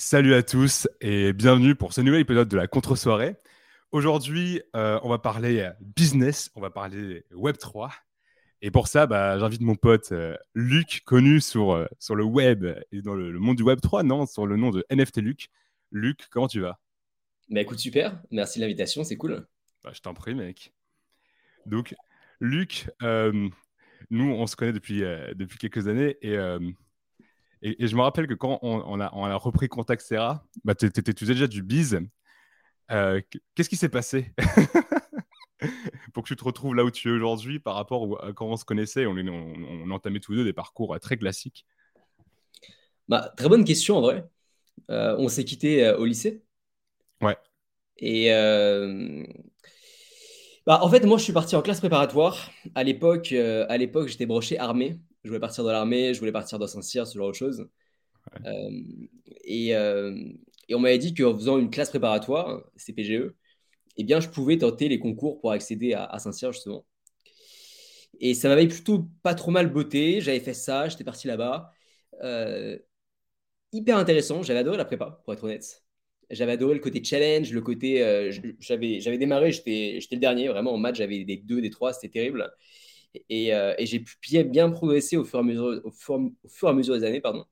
Salut à tous et bienvenue pour ce nouvel épisode de la contre-soirée. Aujourd'hui, on va parler business, on va parler Web3. Et pour ça, j'invite mon pote Luc, connu sur le web et dans le monde du Web3, non, sur le nom de NFT Luc. Luc, comment tu vas? Bah écoute, super, merci de l'invitation, c'est cool. Je t'en prie, mec. Donc, Luc, nous, on se connaît depuis quelques années et je me rappelle que quand on a repris contact, Sarah, tu faisais déjà du biz. Qu'est-ce qui s'est passé pour que tu te retrouves là où tu es aujourd'hui par rapport à quand on se connaissait? On entamait tous les deux des parcours très classiques. Bah, très bonne question en vrai. On s'est quitté au lycée Ouais, et en fait moi je suis parti en classe préparatoire. À l'époque j'étais broché armée. Je voulais partir dans l'armée, je voulais partir dans Saint-Cyr, ce genre de choses. ouais. Euh, et, euh, et on m'avait dit qu'en faisant une classe préparatoire, CPGE, eh bien je pouvais tenter les concours pour accéder à Saint-Cyr justement. Et ça m'avait plutôt pas trop mal botté. J'avais fait ça, j'étais parti là-bas. Euh, Hyper intéressant. J'avais adoré la prépa, pour être honnête. J'avais adoré le côté challenge, le côté. J'avais démarré, j'étais le dernier, vraiment en maths, j'avais des 2, des 3, c'était terrible. Et j'ai pu bien progresser au fur et à mesure, au fur et à mesure des années, pardon.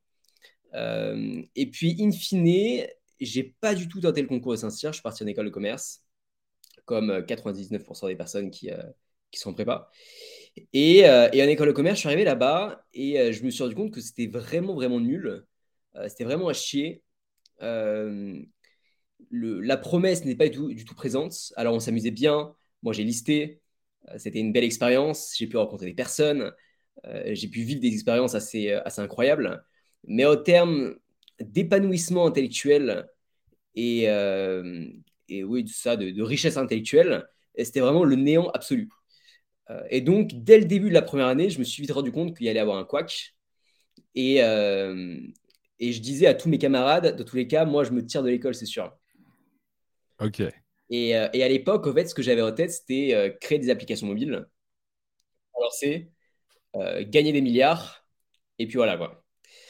Et puis, in fine, j'ai pas du tout tenté le concours de Saint-Cyr, je suis parti en école de commerce, comme 99% des personnes qui sont en prépa. Et en école de commerce, je suis arrivé là-bas et je me suis rendu compte que c'était vraiment, vraiment nul. C'était vraiment à chier. Euh, la promesse n'est pas du tout présente. Alors, on s'amusait bien. Moi, j'ai listé. C'était une belle expérience. J'ai pu rencontrer des personnes. J'ai pu vivre des expériences assez incroyables. Mais au terme d'épanouissement intellectuel et, euh, et oui, tout ça, de richesse intellectuelle, c'était vraiment le néant absolu. Et donc, dès le début de la première année, je me suis vite rendu compte qu'il y allait avoir un couac. Et, euh, et je disais à tous mes camarades, dans tous les cas, moi, je me tire de l'école, c'est sûr. Ok. Et à l'époque, en fait, ce que j'avais en tête, c'était créer des applications mobiles, lancer, gagner des milliards, et puis voilà, quoi.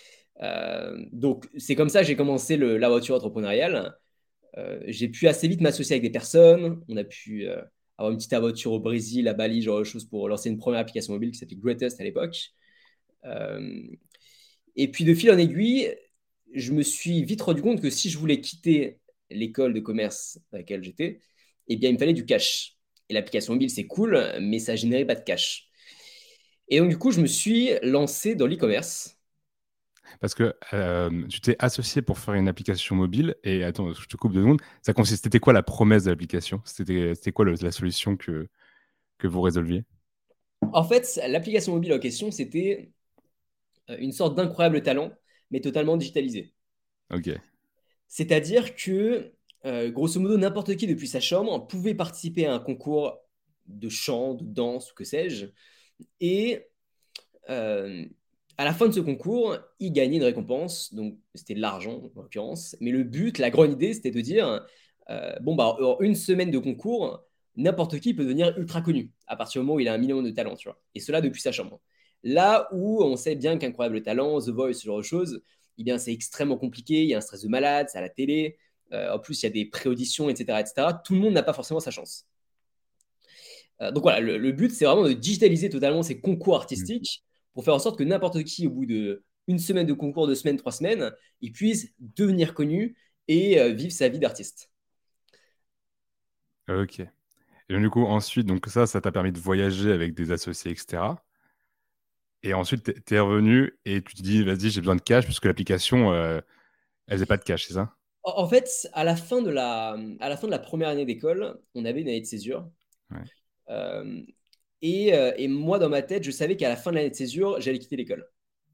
Donc, c'est comme ça que j'ai commencé l'aventure entrepreneuriale. J'ai pu assez vite m'associer avec des personnes. On a pu avoir une petite aventure au Brésil, à Bali, genre de choses pour lancer une première application mobile qui s'appelait Greatest à l'époque. Euh, et puis, de fil en aiguille, je me suis vite rendu compte que si je voulais quitter l'école de commerce dans laquelle j'étais, eh bien, il me fallait du cash. Et l'application mobile, c'est cool, mais ça générait pas de cash. Et donc, du coup, je me suis lancé dans l'e-commerce. Parce que tu t'es associé pour faire une application mobile. Et attends, je te coupe 2 secondes. C'était quoi la promesse de l'application? C'était quoi la solution que vous résolviez? En fait, l'application mobile en question, c'était une sorte d'incroyable talent, mais totalement digitalisé. Ok. C'est-à-dire que, grosso modo, n'importe qui depuis sa chambre pouvait participer à un concours de chant, de danse, ou que sais-je, et euh, à la fin de ce concours, il gagnait une récompense, donc c'était de l'argent en l'occurrence. Mais le but, la grande idée, c'était de dire, bon, bah, en une semaine de concours, n'importe qui peut devenir ultra connu, à partir du moment où il a un minimum de talent, tu vois. Et cela depuis sa chambre. Là où on sait bien qu'incroyable talent, The Voice, ce genre de choses, eh bien, c'est extrêmement compliqué, il y a un stress de malade, c'est à la télé, en plus, il y a des pré-auditions, etc., etc. Tout le monde n'a pas forcément sa chance. Donc voilà, le but, c'est vraiment de digitaliser totalement ces concours Mm. artistiques pour faire en sorte que n'importe qui, au bout de une semaine de concours, 2 semaines, 3 semaines, il puisse devenir connu et vivre sa vie d'artiste. Ok. Et donc, du coup, ensuite, donc ça t'a permis de voyager avec des associés, etc. Et ensuite, t'es revenu et tu te dis, vas-y, j'ai besoin de cash parce que l'application, elle faisait pas de cash, c'est ça? En fait, à la fin de la première année d'école, on avait une année de césure. Ouais. Euh, et moi, dans ma tête, je savais qu'à la fin de l'année de césure, j'allais quitter l'école.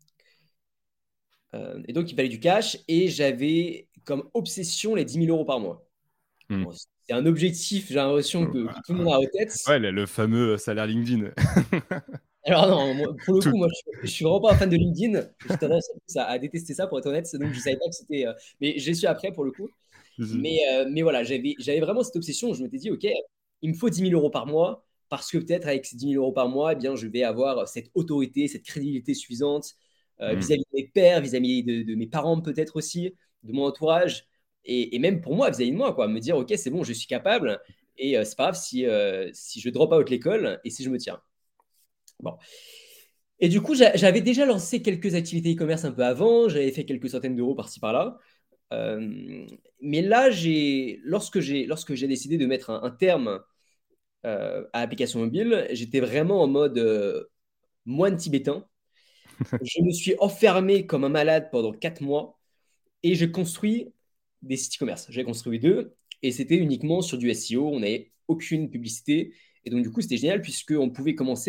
Et donc, il fallait du cash et j'avais comme obsession les 10 000 € par mois. Hmm. Bon, c'est un objectif, j'ai l'impression Oh, que tout le monde a en tête. ouais, le fameux salaire LinkedIn. Alors non, pour le Tout. coup, moi, je suis vraiment pas un fan de LinkedIn. J'ai tendance à détester ça, pour être honnête. Donc, je savais pas que c'était. Mais j'ai su après, pour le coup. Si. Mais voilà, j'avais vraiment cette obsession. Je m'étais dit, OK, il me faut 10 000 € par mois, parce que peut-être avec ces 10 000 € par mois, eh bien, je vais avoir cette autorité, cette crédibilité suffisante Hmm. vis-à-vis de mes pères, vis-à-vis de mes parents, peut-être aussi. de mon entourage et même pour moi, vis-à-vis de moi, quoi, me dire, OK, c'est bon, je suis capable et c'est pas grave si je drop out l'école et si je me tiens. Bon. Et du coup, j'avais déjà lancé quelques activités e-commerce un peu avant, j'avais fait quelques centaines d'euros par-ci par-là. Mais là, lorsque j'ai décidé de mettre un terme à l'application mobile, j'étais vraiment en mode moine tibétain. Je me suis enfermé comme un malade pendant 4 mois et j'ai construit des sites e-commerce. J'ai construit 2 et c'était uniquement sur du SEO. On n'avait aucune publicité. Et donc, du coup, c'était génial puisqu'on pouvait commencer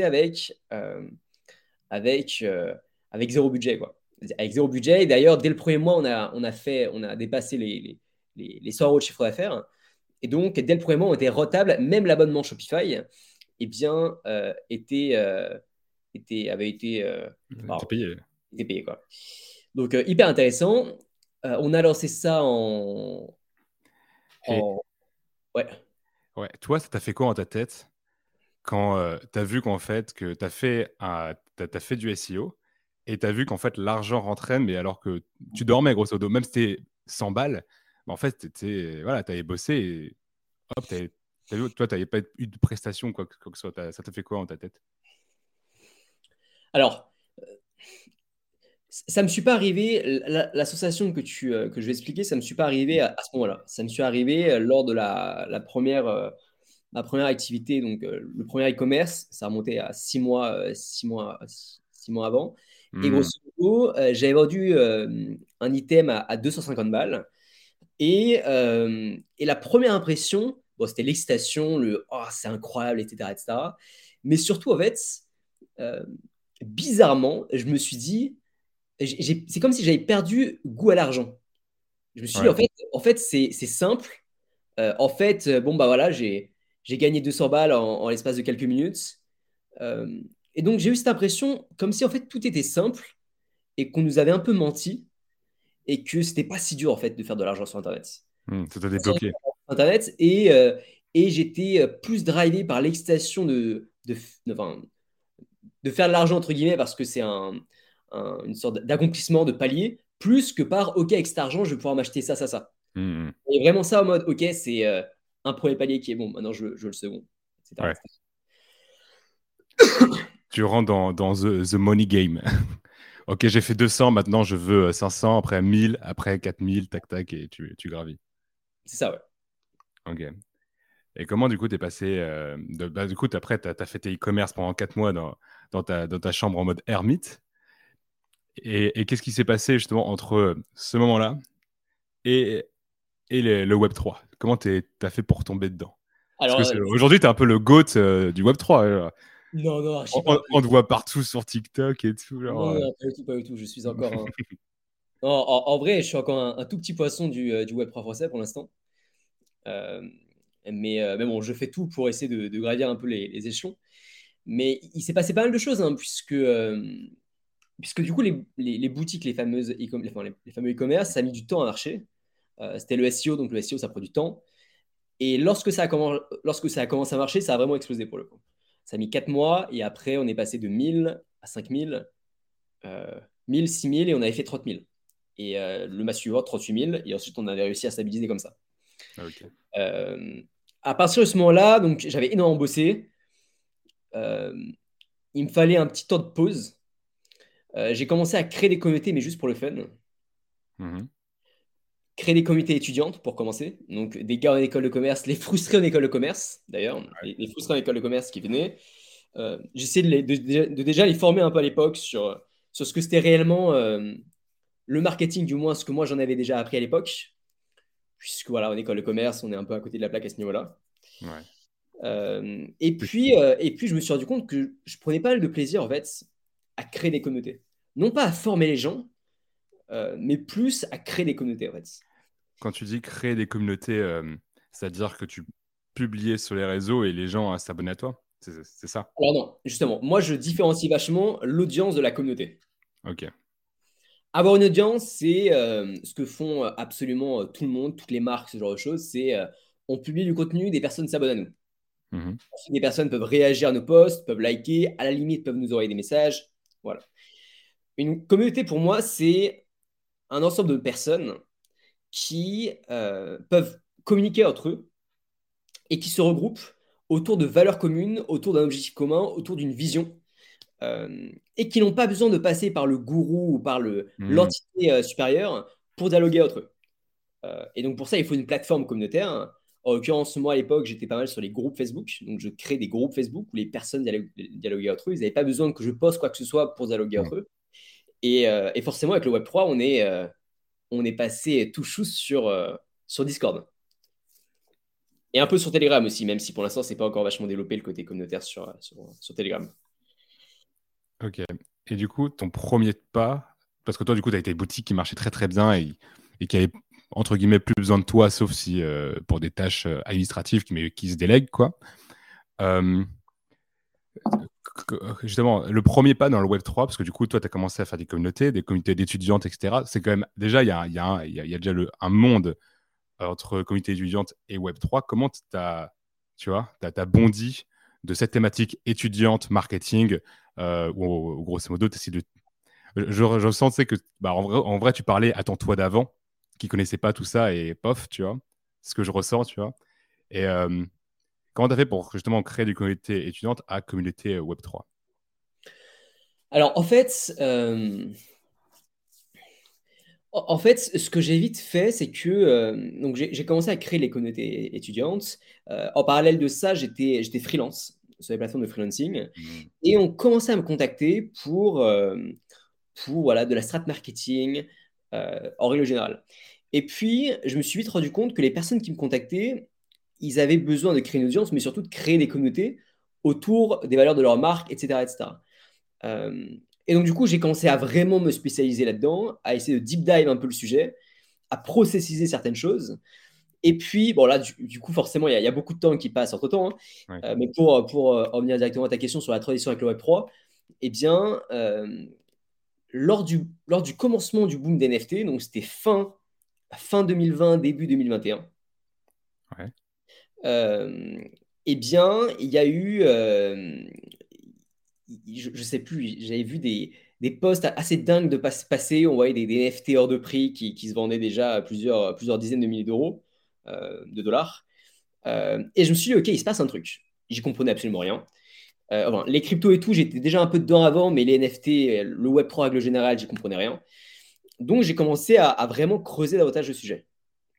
avec, avec zéro budget, quoi. Avec zéro budget. Et d'ailleurs, dès le premier mois, on a dépassé les 100 euros de chiffre d'affaires. Et donc, dès le premier mois, on était rentable. Même l'abonnement Shopify eh bien, avait été, T'es payé. était payé, quoi. Donc, hyper intéressant. On a lancé ça Et ouais. ouais, toi, ça t'a fait quoi dans ta tête quand tu as vu qu'en fait, que t'as fait du SEO et tu as vu qu'en fait, l'argent rentrait, mais alors que tu dormais, grosso modo, même si c'était 100 balles, bah, en fait, voilà, tu avais bossé et hop, toi, tu n'avais pas eu de prestation, quoi que ce soit. Ça t'a fait quoi dans ta tête? Alors, ça me suis pas arrivé, la sensation que je vais expliquer, ça me suis pas arrivé à ce moment-là. Ça me suis arrivé lors de ma première activité, donc le premier e-commerce, ça remontait à 6 mois, 6 mois avant. Et Hmm. grosso modo, j'avais vendu un item à 250 balles. Et la première impression, bon, c'était l'excitation, le oh, c'est incroyable, etc., etc. Mais surtout, en fait, euh, bizarrement, je me suis dit, c'est comme si j'avais perdu goût à l'argent. Je me suis dit, Ouais. en fait c'est simple. En fait, bon, bah voilà, j'ai gagné 200 balles en l'espace de quelques minutes. Euh, et donc, j'ai eu cette impression comme si en fait tout était simple et qu'on nous avait un peu menti et que c'était pas si dur en fait de faire de l'argent sur Internet. Ça t'a débloqué. Internet et j'étais plus drivé par l'excitation enfin, de faire de l'argent entre guillemets parce que c'est une sorte d'accomplissement de palier plus que par OK avec cet argent je vais pouvoir m'acheter ça ça ça. Hmm. Et vraiment ça en mode OK c'est un premier palier qui est bon maintenant je veux le second, etc., Ouais. etc. Tu rentres dans the money game. Ok, j'ai fait 200, maintenant je veux 500, après 1000, après 4000, tac tac, et tu gravis. C'est ça, ouais. Ok. Et comment du coup t'es passé du coup après t'as fait tes e-commerce pendant 4 mois dans ta chambre en mode ermite. Et qu'est-ce qui s'est passé justement entre ce moment-là et, le Web3? Comment t'as fait pour tomber dedans? Parce Alors que aujourd'hui t'es un peu le GOAT du Web3. non non, archi On, pas. on te voit partout sur TikTok et tout. Non, non, pas du tout, pas du tout. Je suis encore un. Non, en vrai, je suis encore un tout petit poisson du Web3 français pour l'instant. Euh, mais bon, je fais tout pour essayer de gravir un peu les échelons. Mais il s'est passé pas mal de choses, hein, puisque du coup, les boutiques, les fameux e-commerce, ça a mis du temps à marcher. C'était le SEO, donc le SEO, ça prend du temps. Et lorsque ça a commencé à marcher, ça a vraiment explosé pour le coup. Ça a mis 4 mois et après, on est passé de 1000 à 5000, 1000, 6000 et on avait fait 30 000. Et le mois suivant, 38 000 et ensuite, on avait réussi à stabiliser comme ça. Ok. Euh, à partir de ce moment-là, donc j'avais énormément bossé. Euh, il me fallait un petit temps de pause. J'ai commencé à créer des communautés, mais juste pour le fun. Mhm. Créer des communautés étudiantes pour commencer. Donc des gars en école de commerce, les frustrés en école de commerce d'ailleurs, les frustrés en école de commerce qui venaient. J'essayais de déjà les former un peu à l'époque sur ce que c'était réellement le marketing, du moins ce que moi j'en avais déjà appris à l'époque. Puisque voilà, en école de commerce, on est un peu à côté de la plaque à ce niveau-là. Ouais. Et puis, je me suis rendu compte que je prenais pas mal de plaisir, en fait, à créer des communautés. Non pas à former les gens, mais plus à créer des communautés, en fait. Quand tu dis créer des communautés, c'est-à-dire que tu publiais sur les réseaux et les gens s'abonnaient à toi? C'est ça? Alors non, justement, moi, je différencie vachement l'audience de la communauté. Ok. Avoir une audience, c'est ce que font absolument tout le monde, toutes les marques, ce genre de choses. C'est on publie du contenu, des personnes s'abonnent à nous. Mhm. Ensuite, des personnes peuvent réagir à nos posts, peuvent liker, à la limite, peuvent nous envoyer des messages. Voilà. Une communauté, pour moi, c'est un ensemble de personnes qui peuvent communiquer entre eux et qui se regroupent autour de valeurs communes, autour d'un objectif commun, autour d'une vision, et qui n'ont pas besoin de passer par le gourou ou par Hmm. l'entité supérieure pour dialoguer entre eux. Et donc pour ça, il faut une plateforme communautaire. En l'occurrence, moi à l'époque, j'étais pas mal sur les groupes Facebook. Donc je crée des groupes Facebook où les personnes dialoguaient entre eux. Ils n'avaient pas besoin que je poste quoi que ce soit pour dialoguer Ouais. entre eux. Et forcément, avec le Web3, on est passé tout chou sur Discord. Et un peu sur Telegram aussi, même si pour l'instant, c'est pas encore vachement développé le côté communautaire sur Telegram. Ok. Et du coup, ton premier pas, parce que toi, du coup, tu as été boutique qui marchait très très bien et qui avait, entre guillemets, plus besoin de toi, sauf si pour des tâches administratives qui se délèguent, quoi. Euh, Justement, le premier pas dans le Web3, parce que du coup, toi, tu as commencé à faire des communautés d'étudiantes, etc. C'est quand même, déjà, il y a déjà un monde entre communauté étudiante et Web3. Comment tu vois, t'as bondi de cette thématique étudiante, marketing, où grosso modo, tu essaies de je sens, tu sais, que bah, en vrai, tu parlais à ton toi d'avant, qui connaissait pas tout ça, et pof, tu vois. C'est ce que je ressens, tu vois. Et comment tu as fait pour justement créer des communautés étudiantes à communauté Web3? Alors, en fait, ce que j'ai vite fait, c'est que donc j'ai commencé à créer les communautés étudiantes. En parallèle de ça, j'étais freelance sur les plateformes de freelancing Hmm. et on commençait à me contacter pour voilà, de la strat marketing en règle générale. Et puis, je me suis vite rendu compte que les personnes qui me contactaient, ils avaient besoin de créer une audience, mais surtout de créer des communautés autour des valeurs de leur marque, etc., etc. Euh, et donc, du coup, j'ai commencé à vraiment me spécialiser là-dedans, à essayer de deep dive un peu le sujet, à processiser certaines choses. Et puis, bon, là, du coup, forcément, il y a beaucoup de temps qui passe entre-temps, hein. Ouais. Mais pour en venir directement à ta question sur la transition avec le Web3, eh bien, lors du commencement du boom des NFT, donc c'était fin 2020, début 2021, Ouais. euh, eh bien, il y a eu, je ne sais plus, j'avais vu des posts assez dingues de passer. On voyait des NFT hors de prix qui se vendaient déjà à plusieurs dizaines de milliers d'euros, de dollars. Et je me suis dit, OK, il se passe un truc. J'y comprenais absolument rien. Enfin, les cryptos et tout, j'étais déjà un peu dedans avant, mais les NFT, le Web3 en règle générale, j'y comprenais rien. Donc, j'ai commencé à vraiment creuser davantage le sujet.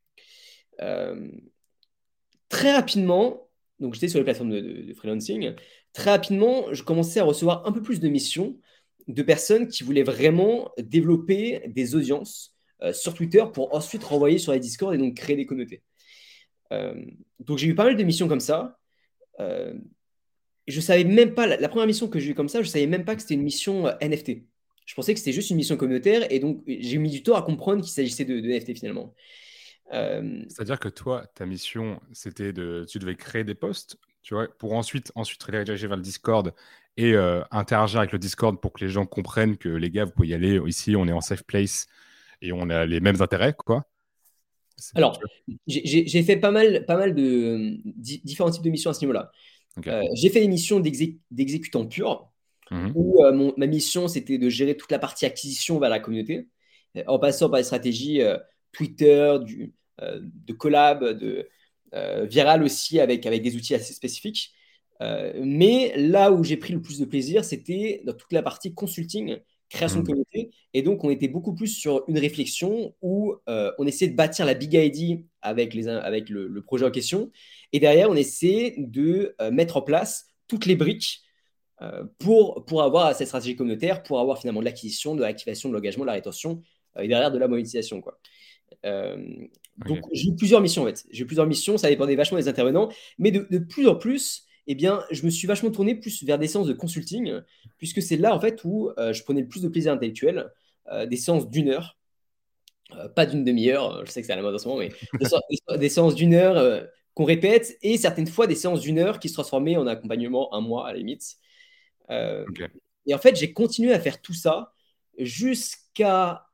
Euh, Très rapidement, donc j'étais sur les plateformes de freelancing, très rapidement, je commençais à recevoir un peu plus de missions de personnes qui voulaient vraiment développer des audiences sur Twitter pour ensuite renvoyer sur les Discord et donc créer des communautés. Euh, donc j'ai eu pas mal de missions comme ça. Euh, et je savais même pas, la première mission que j'ai eue comme ça, je savais même pas que c'était une mission NFT. Je pensais que c'était juste une mission communautaire et donc j'ai mis du temps à comprendre qu'il s'agissait de NFT finalement. Euh, C'est-à-dire que toi, ta mission, c'était tu devais créer des posts, tu vois, pour ensuite rediriger vers le Discord et interagir avec le Discord pour que les gens comprennent que les gars, vous pouvez y aller. Ici, on est en safe place et on a les mêmes intérêts, quoi. Tu Alors, vois. j'ai fait pas mal de différents types de missions à ce niveau-là. Ok. J'ai fait des missions d'exécutant pur, Mhm. où ma mission, c'était de gérer toute la partie acquisition vers la communauté, en passant par des stratégies Twitter, de collab, viral aussi, avec des outils assez spécifiques. Mais là où j'ai pris le plus de plaisir, c'était dans toute la partie consulting, création de Mhm. communauté. Et donc, on était beaucoup plus sur une réflexion où on essayait de bâtir la big idea avec le projet en question. Et derrière, on essaie de mettre en place toutes les briques pour avoir cette stratégie communautaire, pour avoir finalement de l'acquisition, de l'activation, de l'engagement, de la rétention et derrière de la monétisation, quoi. Euh, donc, Ok. j'ai eu plusieurs missions en fait. J'ai eu plusieurs missions, ça dépendait vachement des intervenants. Mais de plus en plus, eh bien, je me suis vachement tourné plus vers des séances de consulting, puisque c'est là en fait où je prenais le plus de plaisir intellectuel. Des séances d'une heure, pas d'une demi-heure, je sais que c'est à la mode en ce moment, mais des séances d'une heure qu'on répète, et certaines fois des séances d'une heure qui se transformaient en accompagnement un mois à la limite. Euh, Ok. et en fait, j'ai continué à faire tout ça jusqu'à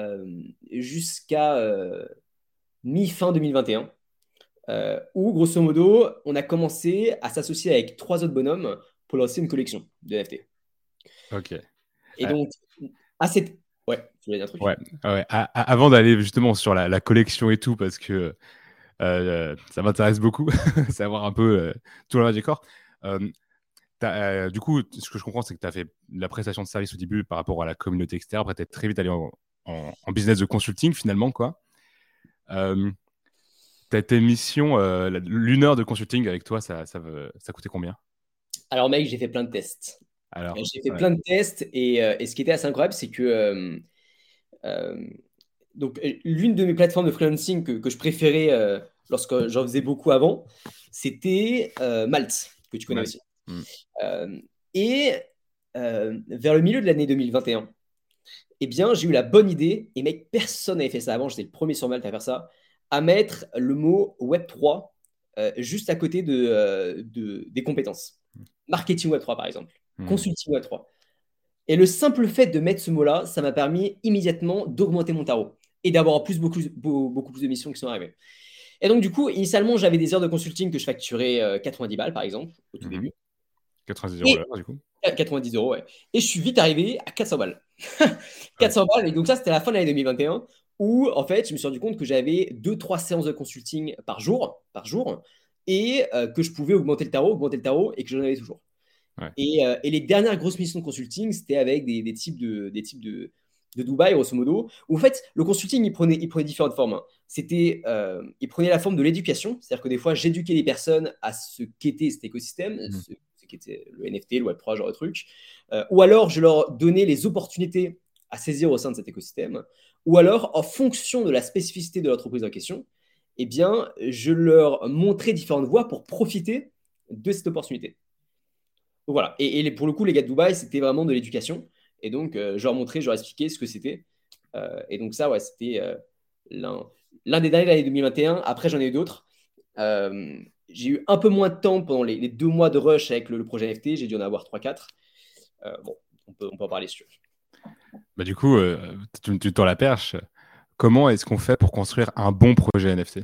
jusqu'à mi-fin 2021, où, grosso modo, on a commencé à s'associer avec trois autres bonhommes pour lancer une collection de NFT. Ok. Et Euh, donc, à cette, Ouais, tu voulais dire un truc? Ouais, ouais. Avant d'aller justement sur la collection et tout, parce que ça m'intéresse beaucoup, savoir un peu tout le décor. Du coup, ce que je comprends, c'est que tu as fait de la prestation de service au début par rapport à la communauté, etc. Après, tu es très vite allé en business de consulting, finalement, quoi. Euh, T'as tes missions, l'une heure de consulting avec toi, ça coûtait combien? Alors, mec, j'ai fait plein de tests. Alors, J'ai fait ouais. plein de tests et ce qui était assez incroyable, c'est que euh, l'une de mes plateformes de freelancing que je préférais lorsque j'en faisais beaucoup avant, c'était Malte, que tu connais Mal. aussi. Hmm. Euh, et vers le milieu de l'année 2021, eh bien, j'ai eu la bonne idée, et mec, personne n'avait fait ça avant, j'étais le premier sur Malte à faire ça, à mettre le mot Web3 juste à côté des compétences. Marketing Web3, par exemple. Hmm. Consulting Web3. Et le simple fait de mettre ce mot-là, ça m'a permis immédiatement d'augmenter mon tarot et d'avoir en plus beaucoup plus de missions qui sont arrivées. Et donc, du coup, initialement, j'avais des heures de consulting que je facturais 90 balles, par exemple, au tout Mhm. début. 90 € Et l'heure, du coup. 90 euros, ouais. Et je suis vite arrivé à 400 balles. Ouais. 400 balles. Et donc, ça, c'était la fin de l'année 2021 où, en fait, je me suis rendu compte que j'avais 2-3 séances de consulting par jour et que je pouvais augmenter le tarot et que j'en avais toujours. Ouais. Et les dernières grosses missions de consulting, c'était avec des types de Dubaï, grosso modo, où en fait, le consulting, il prenait différentes formes, hein. Il prenait la forme de l'éducation, c'est-à-dire que des fois, j'éduquais les personnes à ce qu'était cet écosystème, Mhm. ce qu'était le NFT, le Web3, genre de truc. Ou alors, je leur donnais les opportunités à saisir au sein de cet écosystème. Ou alors, en fonction de la spécificité de l'entreprise en question, eh bien, je leur montrais différentes voies pour profiter de cette opportunité. Donc voilà. Et pour le coup, les gars de Dubaï, c'était vraiment de l'éducation. Et donc, je leur montrais, je leur expliquais ce que c'était. Et donc, ça, ouais, c'était l'un, l'un des derniers de l'année 2021. Après, j'en ai eu d'autres. J'ai eu un peu moins de temps pendant les 2 mois de rush avec le projet NFT. J'ai dû en avoir 3-4. Bon, on peut en parler si tu veux. Bah, du coup, tu tends la perche. Comment est-ce qu'on fait pour construire un bon projet NFT?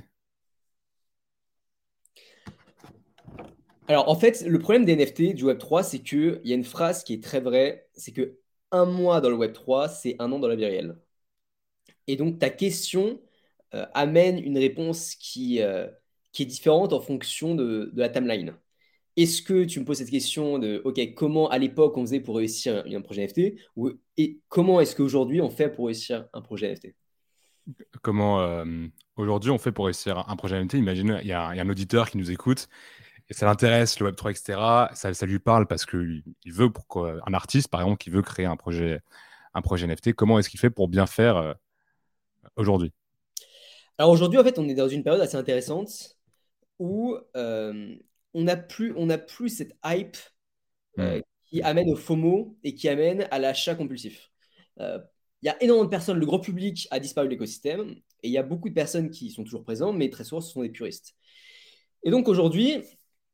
Alors, en fait, le problème des NFT, du Web3, c'est qu'il y a une phrase qui est très vraie. C'est que un mois dans le Web3, c'est un an dans la vie réelle. Et donc, ta question amène une réponse qui est différente en fonction de la timeline. Est-ce que tu me poses cette question de, OK, comment à l'époque on faisait pour réussir un projet NFT et comment est-ce qu'aujourd'hui on fait pour réussir un projet NFT? Comment aujourd'hui on fait pour réussir un projet NFT? Imagine, il y a un auditeur qui nous écoute et ça l'intéresse, le Web3, etc. Ça lui parle parce qu'il veut, un artiste, par exemple, qui veut créer un projet NFT, comment est-ce qu'il fait pour bien faire aujourd'hui? Alors aujourd'hui, en fait, on est dans une période assez intéressante où on n'a plus cette hype Hmm. qui amène au FOMO et qui amène à l'achat compulsif. Euh, Il y a énormément de personnes, le grand public a disparu de l'écosystème et il y a beaucoup de personnes qui sont toujours présentes, mais très souvent ce sont des puristes. Et donc aujourd'hui,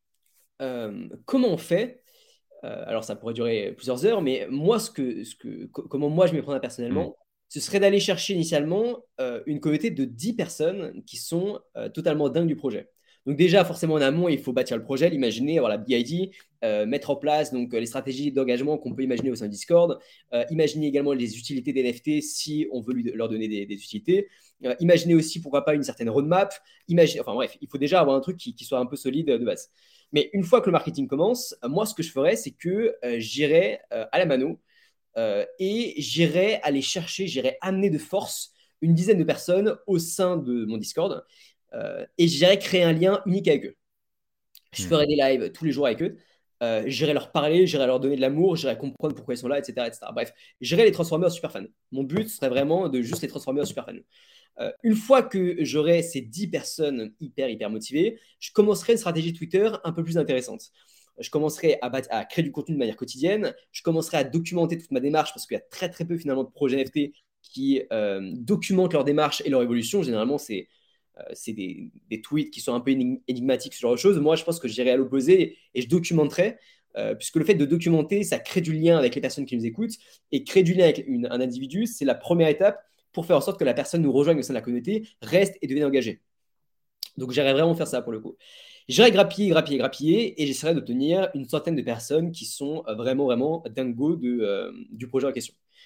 comment on fait? Alors ça pourrait durer plusieurs heures, mais moi, comment moi je m'y prendrais Hmm. personnellement, ce serait d'aller chercher initialement une communauté de 10 personnes qui sont totalement dingues du projet. Donc déjà, forcément en amont, il faut bâtir le projet, l'imaginer, avoir la big idea, mettre en place donc les stratégies d'engagement qu'on peut imaginer au sein de Discord, imaginer également les utilités des NFT si on veut leur donner des utilités, imaginer aussi pourquoi pas une certaine roadmap, enfin bref, il faut déjà avoir un truc qui soit un peu solide de base. Mais une fois que le marketing commence, moi, ce que je ferais, c'est que j'irais à la mano et j'irais aller chercher, j'irais amener de force une dizaine de personnes au sein de mon Discord et j'irais créer un lien unique avec eux. Je Hmm. ferai des lives tous les jours avec eux. J'irai leur parler, j'irai leur donner de l'amour, j'irai comprendre pourquoi ils sont là, etc., etc. Bref, j'irai les transformer en super fans. Mon but serait vraiment de juste les transformer en super fans. Une fois que j'aurai ces 10 personnes hyper, hyper motivées, je commencerai une stratégie Twitter un peu plus intéressante. Je commencerai à créer du contenu de manière quotidienne. Je commencerai à documenter toute ma démarche parce qu'il y a très, très peu finalement de projets NFT qui documentent leur démarche et leur évolution. Généralement, c'est des tweets qui sont un peu énigmatiques, ce genre de choses. Moi, je pense que j'irai à l'opposé et je documenterai, puisque le fait de documenter, ça crée du lien avec les personnes qui nous écoutent. Et créer du lien avec un individu, c'est la première étape pour faire en sorte que la personne nous rejoigne au sein de la communauté, reste et devienne engagée. Donc, j'irai vraiment faire ça pour le coup. J'irai grappiller, grappiller, grappiller et j'essaierai d'obtenir une centaine de personnes qui sont vraiment, vraiment dingo du projet en question.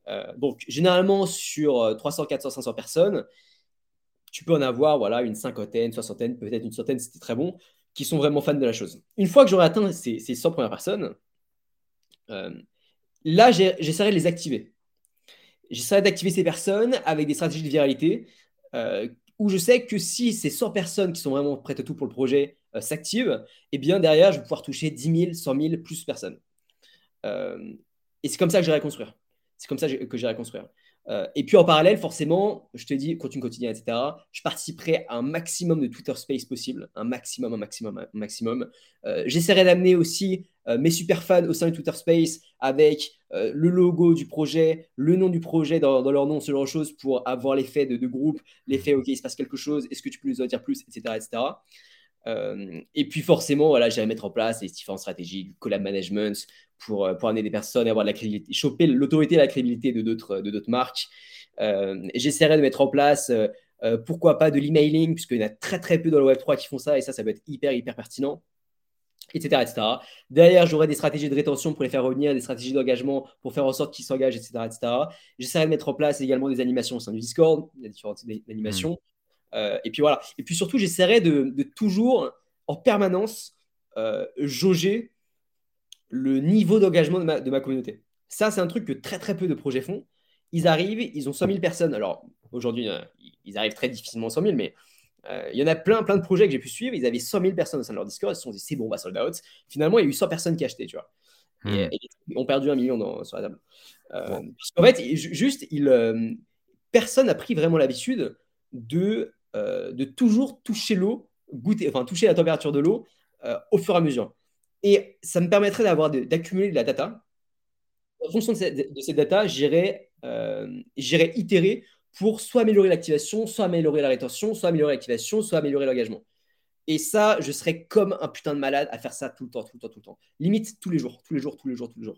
Donc, généralement, sur 300, 400, 500 personnes, tu peux en avoir voilà, une cinquantaine, soixantaine, peut-être une centaine, c'était très bon, qui sont vraiment fans de la chose. Une fois que j'aurai atteint ces 100 premières personnes, euh, là, j'essaierai de les activer. J'essaierai d'activer ces personnes avec des stratégies de viralité où je sais que si ces 100 personnes qui sont vraiment prêtes à tout pour le projet s'activent, eh bien derrière, je vais pouvoir toucher 10 000, 100 000 plus personnes. Et c'est comme ça que j'irai construire. C'est comme ça que j'irai construire. Et puis en parallèle, forcément, je te dis, contenu quotidien, etc., je participerai à un maximum de Twitter Space possible. Un maximum, un maximum, un maximum. J'essaierai d'amener aussi mes super fans au sein du Twitter Space avec le logo du projet, le nom du projet dans leur nom, ce genre de choses pour avoir l'effet de groupe, l'effet, OK, il se passe quelque chose, est-ce que tu peux nous en dire plus, etc., etc. Et puis forcément, voilà, j'allais mettre en place les différentes stratégies du collab management pour amener des personnes à avoir de la crédibilité, choper l'autorité et la crédibilité de d'autres marques. J'essaierai de mettre en place, pourquoi pas, de l'emailing, puisqu'il y en a très très peu dans le Web3 qui font ça, et ça peut être hyper hyper pertinent, etc., etc. Derrière, j'aurai des stratégies de rétention pour les faire revenir, des stratégies d'engagement pour faire en sorte qu'ils s'engagent, etc., etc. J'essaierai de mettre en place également des animations au sein du Discord, il y a différents types d'animations. Et puis voilà. Et puis surtout, j'essaierai de toujours, en permanence, jauger le niveau d'engagement de ma communauté. Ça, c'est un truc que très très peu de projets font. Ils arrivent, ils ont 100 000 personnes. Alors aujourd'hui, ils arrivent très difficilement à 100 000, mais il y en a plein de projets que j'ai pu suivre. Ils avaient 100 000 personnes au sein de leur Discord. Ils se sont dit, c'est bon, on va sold out. Finalement, il y a eu 100 personnes qui achetaient, tu vois. Et ils ont perdu 1 million sur la table. En fait, juste, personne n'a pris vraiment l'habitude de toujours toucher l'eau, toucher la température de l'eau au fur et à mesure. Et ça me permettrait d'accumuler de la data. En fonction de cette data, j'irai itérer pour soit améliorer l'activation, soit améliorer la rétention, soit améliorer l'activation, soit améliorer l'engagement. Et ça, je serais comme un putain de malade à faire ça tout le temps, tout le temps, tout le temps. Limite tous les jours, tous les jours, tous les jours, tous les jours.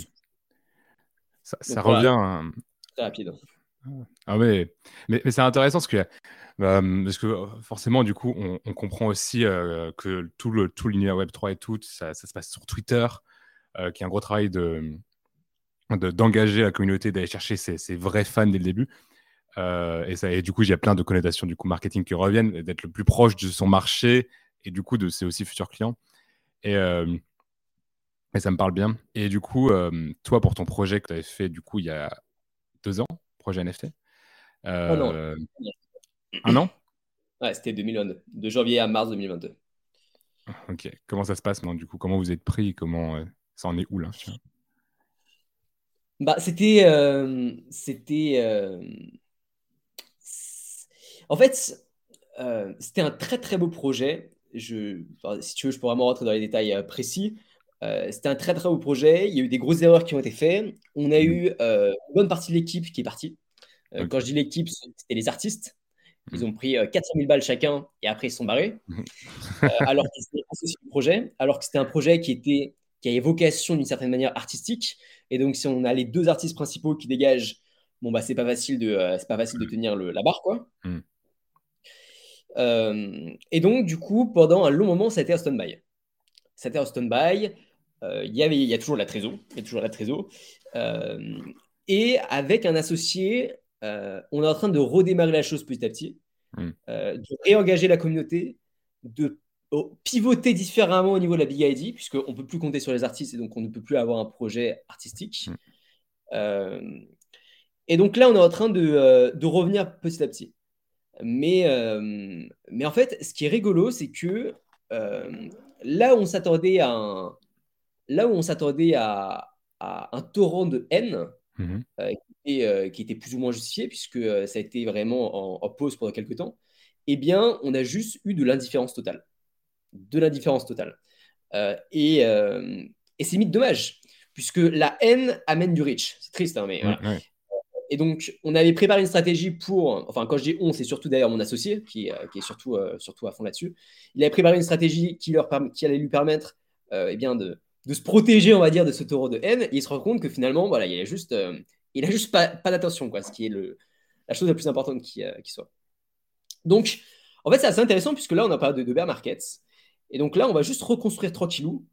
Ça revient. Voilà, très rapide. Ah mais c'est intéressant parce que forcément, du coup, on comprend aussi que tout l'univers Web3 et tout, ça se passe sur Twitter, qui est un gros travail d'engager la communauté, d'aller chercher ses vrais fans dès le début. Et du coup, il y a plein de connotations du coup marketing qui reviennent, d'être le plus proche de son marché et du coup de ses aussi futurs clients. Et ça me parle bien. Et du coup, toi, pour ton projet que tu avais fait du coup il y a 2 ans, projet NFT. Un an. Un an? Ouais, c'était 2022, de janvier à mars 2022. Ok. Comment ça se passe maintenant du coup? Comment vous êtes pris? Comment ça en est où là? Bah, c'était. En fait, c'était un très très beau projet. Si tu veux, je pourrais vraiment rentrer dans les détails précis. C'était un très très beau projet. Il y a eu des grosses erreurs qui ont été faites. On a eu une bonne partie de l'équipe qui est partie. Ok. Quand je dis l'équipe, c'était les artistes. Ils ont pris 400 000 balles chacun et après ils se sont barrés. Alors que c'était associé au projet, alors que c'était un projet qui avait vocation d'une certaine manière artistique. Et donc, si on a les deux artistes principaux qui dégagent, bon, bah, c'est pas facile de tenir la barre, quoi. Et donc, du coup, pendant un long moment, ça a été un stand-by. Ça a été un stand-by. Il y a toujours la trésor. Il y a toujours la trésor. Et avec un associé, on est en train de redémarrer la chose petit à petit, de réengager la communauté, de pivoter différemment au niveau de la Big ID, puisqu'on ne peut plus compter sur les artistes et donc on ne peut plus avoir un projet artistique. Et donc là, on est en train de revenir petit à petit. Mais en fait, ce qui est rigolo, c'est que là où on s'attendait à un torrent de haine qui était plus ou moins justifié, puisque ça a été vraiment en pause pendant quelques temps, eh bien, on a juste eu de l'indifférence totale. De l'indifférence totale. Et c'est limite dommage, puisque la haine amène du reach. C'est triste, hein, mais voilà. Et donc, on avait préparé une stratégie pour. Enfin, quand je dis on, c'est surtout d'ailleurs mon associé qui est surtout à fond là-dessus. Il avait préparé une stratégie qui allait lui permettre eh bien, de se protéger, on va dire, de ce taureau de haine. Et il se rend compte que finalement, voilà, il a juste pas d'attention, quoi, ce qui est la chose la plus importante qui soit. Donc, en fait, c'est assez intéressant puisque là, on a parlé de bear markets. Et donc là, on va juste reconstruire tranquillou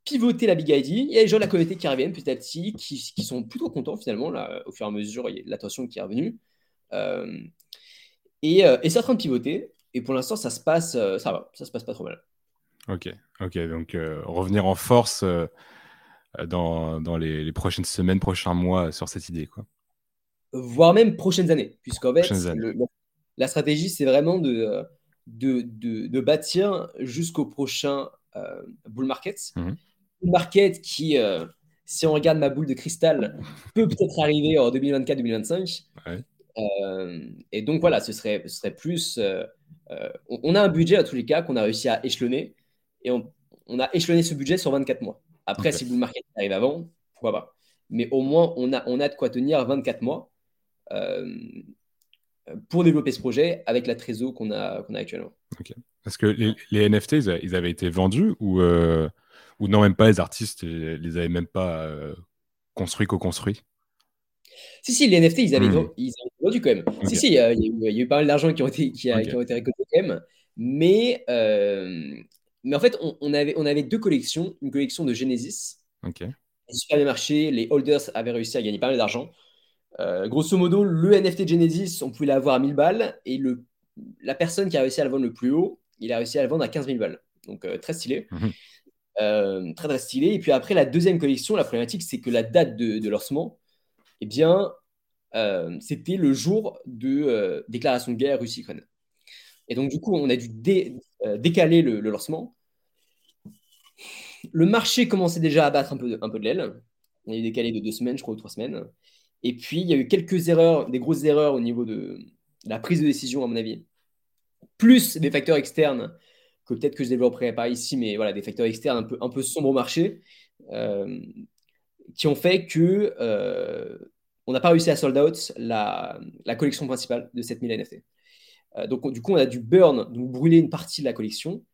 pivoter la Big ID. Il y a les gens de la communauté qui reviennent petit à petit, qui sont plutôt contents finalement. Là, au fur et à mesure, il y a de l'attention qui est revenue. Euh, et c'est en train de pivoter. Et pour l'instant, ça va, ça se passe pas trop mal. Ok, ok. Donc, revenir en force dans les prochaines semaines, prochains mois sur cette idée, quoi. Voire même prochaines années, puisqu'en Prochaines fait, années. la stratégie, c'est vraiment de bâtir jusqu'au prochain bull market. Mhm. Bull market qui, si on regarde ma boule de cristal, peut peut-être arriver en 2024-2025. Ouais. Et donc voilà, ce serait plus. On a un budget à tous les cas qu'on a réussi à échelonner. Et on a échelonné ce budget sur 24 mois. Après, Ok. si le bull market arrive avant, pourquoi pas. Mais au moins, on a de quoi tenir 24 mois euh, pour développer ce projet avec la trésor qu'on a actuellement. Ok. Parce que les NFT, ils avaient été vendus ou non, même pas, les artistes les avaient même pas construits, co-construits. Si, les NFT, Hmm. ils avaient vendu quand même. Si, Ok, si, il y a eu pas mal d'argent qui ont ok, été récoltés quand même. Mais en fait, on avait deux collections. Une collection de Genesis, ok. qui a super bien marché. Les holders avaient réussi à gagner pas mal d'argent. Grosso modo, le NFT de Genesis, on pouvait l'avoir à 1000 balles. Et la personne qui a réussi à le vendre le plus haut, il a réussi à le vendre à 15 000 balles. Donc, très stylé. Mhm. Très, très stylé. Et puis après, la deuxième collection, la problématique, c'est que la date de lancement, eh bien, c'était le jour de déclaration de guerre Russie-Ukraine. Et donc, du coup, on a dû décaler le lancement. Le marché commençait déjà à battre un peu de l'aile. On a eu décalé de 2 semaines, je crois, ou 3 semaines. Et puis, il y a eu quelques erreurs, des grosses erreurs au niveau de la prise de décision, à mon avis. Plus des facteurs externes, que peut-être que je développerai pas ici, mais voilà, des facteurs externes un peu sombres au marché, euh, qui ont fait que on n'a pas réussi à sold out la collection principale de 7000 NFT. Donc, du coup, on a dû burn, donc brûler une partie de la collection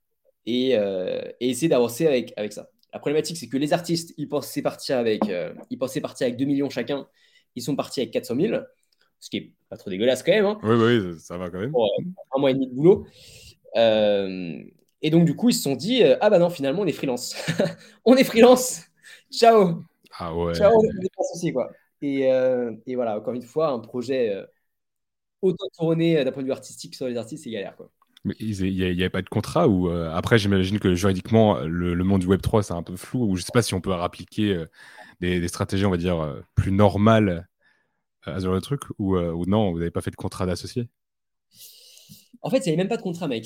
et essayer d'avancer avec ça. La problématique, c'est que les artistes, ils pensaient partir avec 2 millions chacun. Ils sont partis avec 400 000, ce qui est pas trop dégueulasse quand même, hein, Oui, oui, ça va quand même. pour un mois et demi de boulot. Euh, et donc, du coup, ils se sont dit, ah bah non, finalement, on est freelance. On est freelance. Ciao. Ah ouais. Ciao, on est associés, quoi. Et voilà, encore une fois, un projet autant tourné d'un point de vue artistique sur les artistes, c'est galère, quoi. Mais il n'y avait pas de contrat ou après, j'imagine que juridiquement, le monde du Web3, c'est un peu flou, ou je sais pas si on peut appliquer des stratégies, on va dire, plus normales à ce genre de truc, ou non, vous n'avez pas fait de contrat d'associé. En fait, il n'y avait même pas de contrat, mec.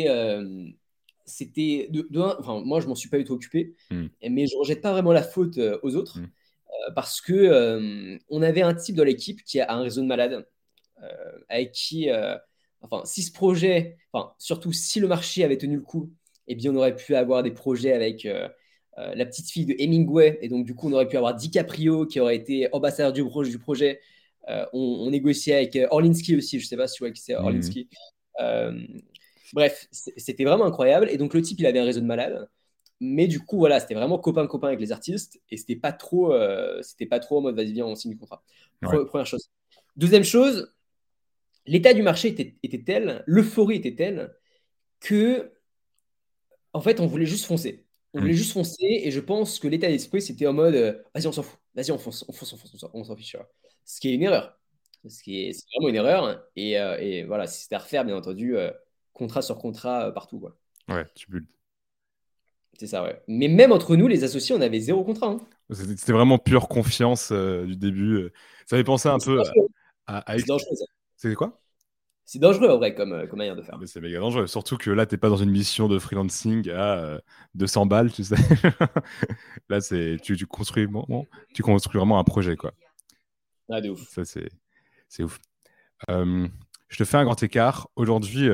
C'était enfin, moi, je m'en suis pas du tout occupé, Hmm, mais je rejette pas vraiment la faute aux autres hmm, parce que on avait un type dans l'équipe qui a un réseau de malades avec qui, enfin, si ce projet, enfin, surtout si le marché avait tenu le coup, eh bien, on aurait pu avoir des projets avec la petite fille de Hemingway, et donc, du coup, on aurait pu avoir DiCaprio qui aurait été ambassadeur du projet. On négociait avec Orlinski aussi, je sais pas si tu vois qui c'est hmm. Orlinski. Euh, Bref, c'était vraiment incroyable. Et donc, le type, il avait un réseau de malades. Mais du coup, voilà, c'était vraiment copain-copain avec les artistes. Et c'était pas trop en mode, vas-y, viens, on signe du contrat. Ouais. Première chose. Deuxième chose, l'état du marché était tel, l'euphorie était telle que, en fait, on voulait juste foncer. On Hmm. voulait juste foncer. Et je pense que l'état d'esprit, c'était en mode, vas-y, on s'en fout. Vas-y, on fonce, on fonce, on fonce, on s'en fiche. Tu vois. Ce qui est une erreur. C'est vraiment une erreur. Et voilà, si c'était à refaire, bien entendu, contrat sur contrat partout, quoi. Ouais, tu bulles. C'est ça, ouais. Mais même entre nous, les associés, on avait zéro contrat, hein. C'était vraiment pure confiance du début. Ça fait penser un Mais c'est peu dangereux. à C'est dangereux, ça. C'est quoi? C'est dangereux, en vrai, comme manière de Ah, mais faire. c'est méga dangereux. Surtout que là, t'es pas dans une mission de freelancing à 200 balles, tu sais. Là, tu construis tu construis vraiment un projet, quoi. Ah, de ouf. Ça, c'est ouf. Euh, je te fais un grand écart. Aujourd'hui,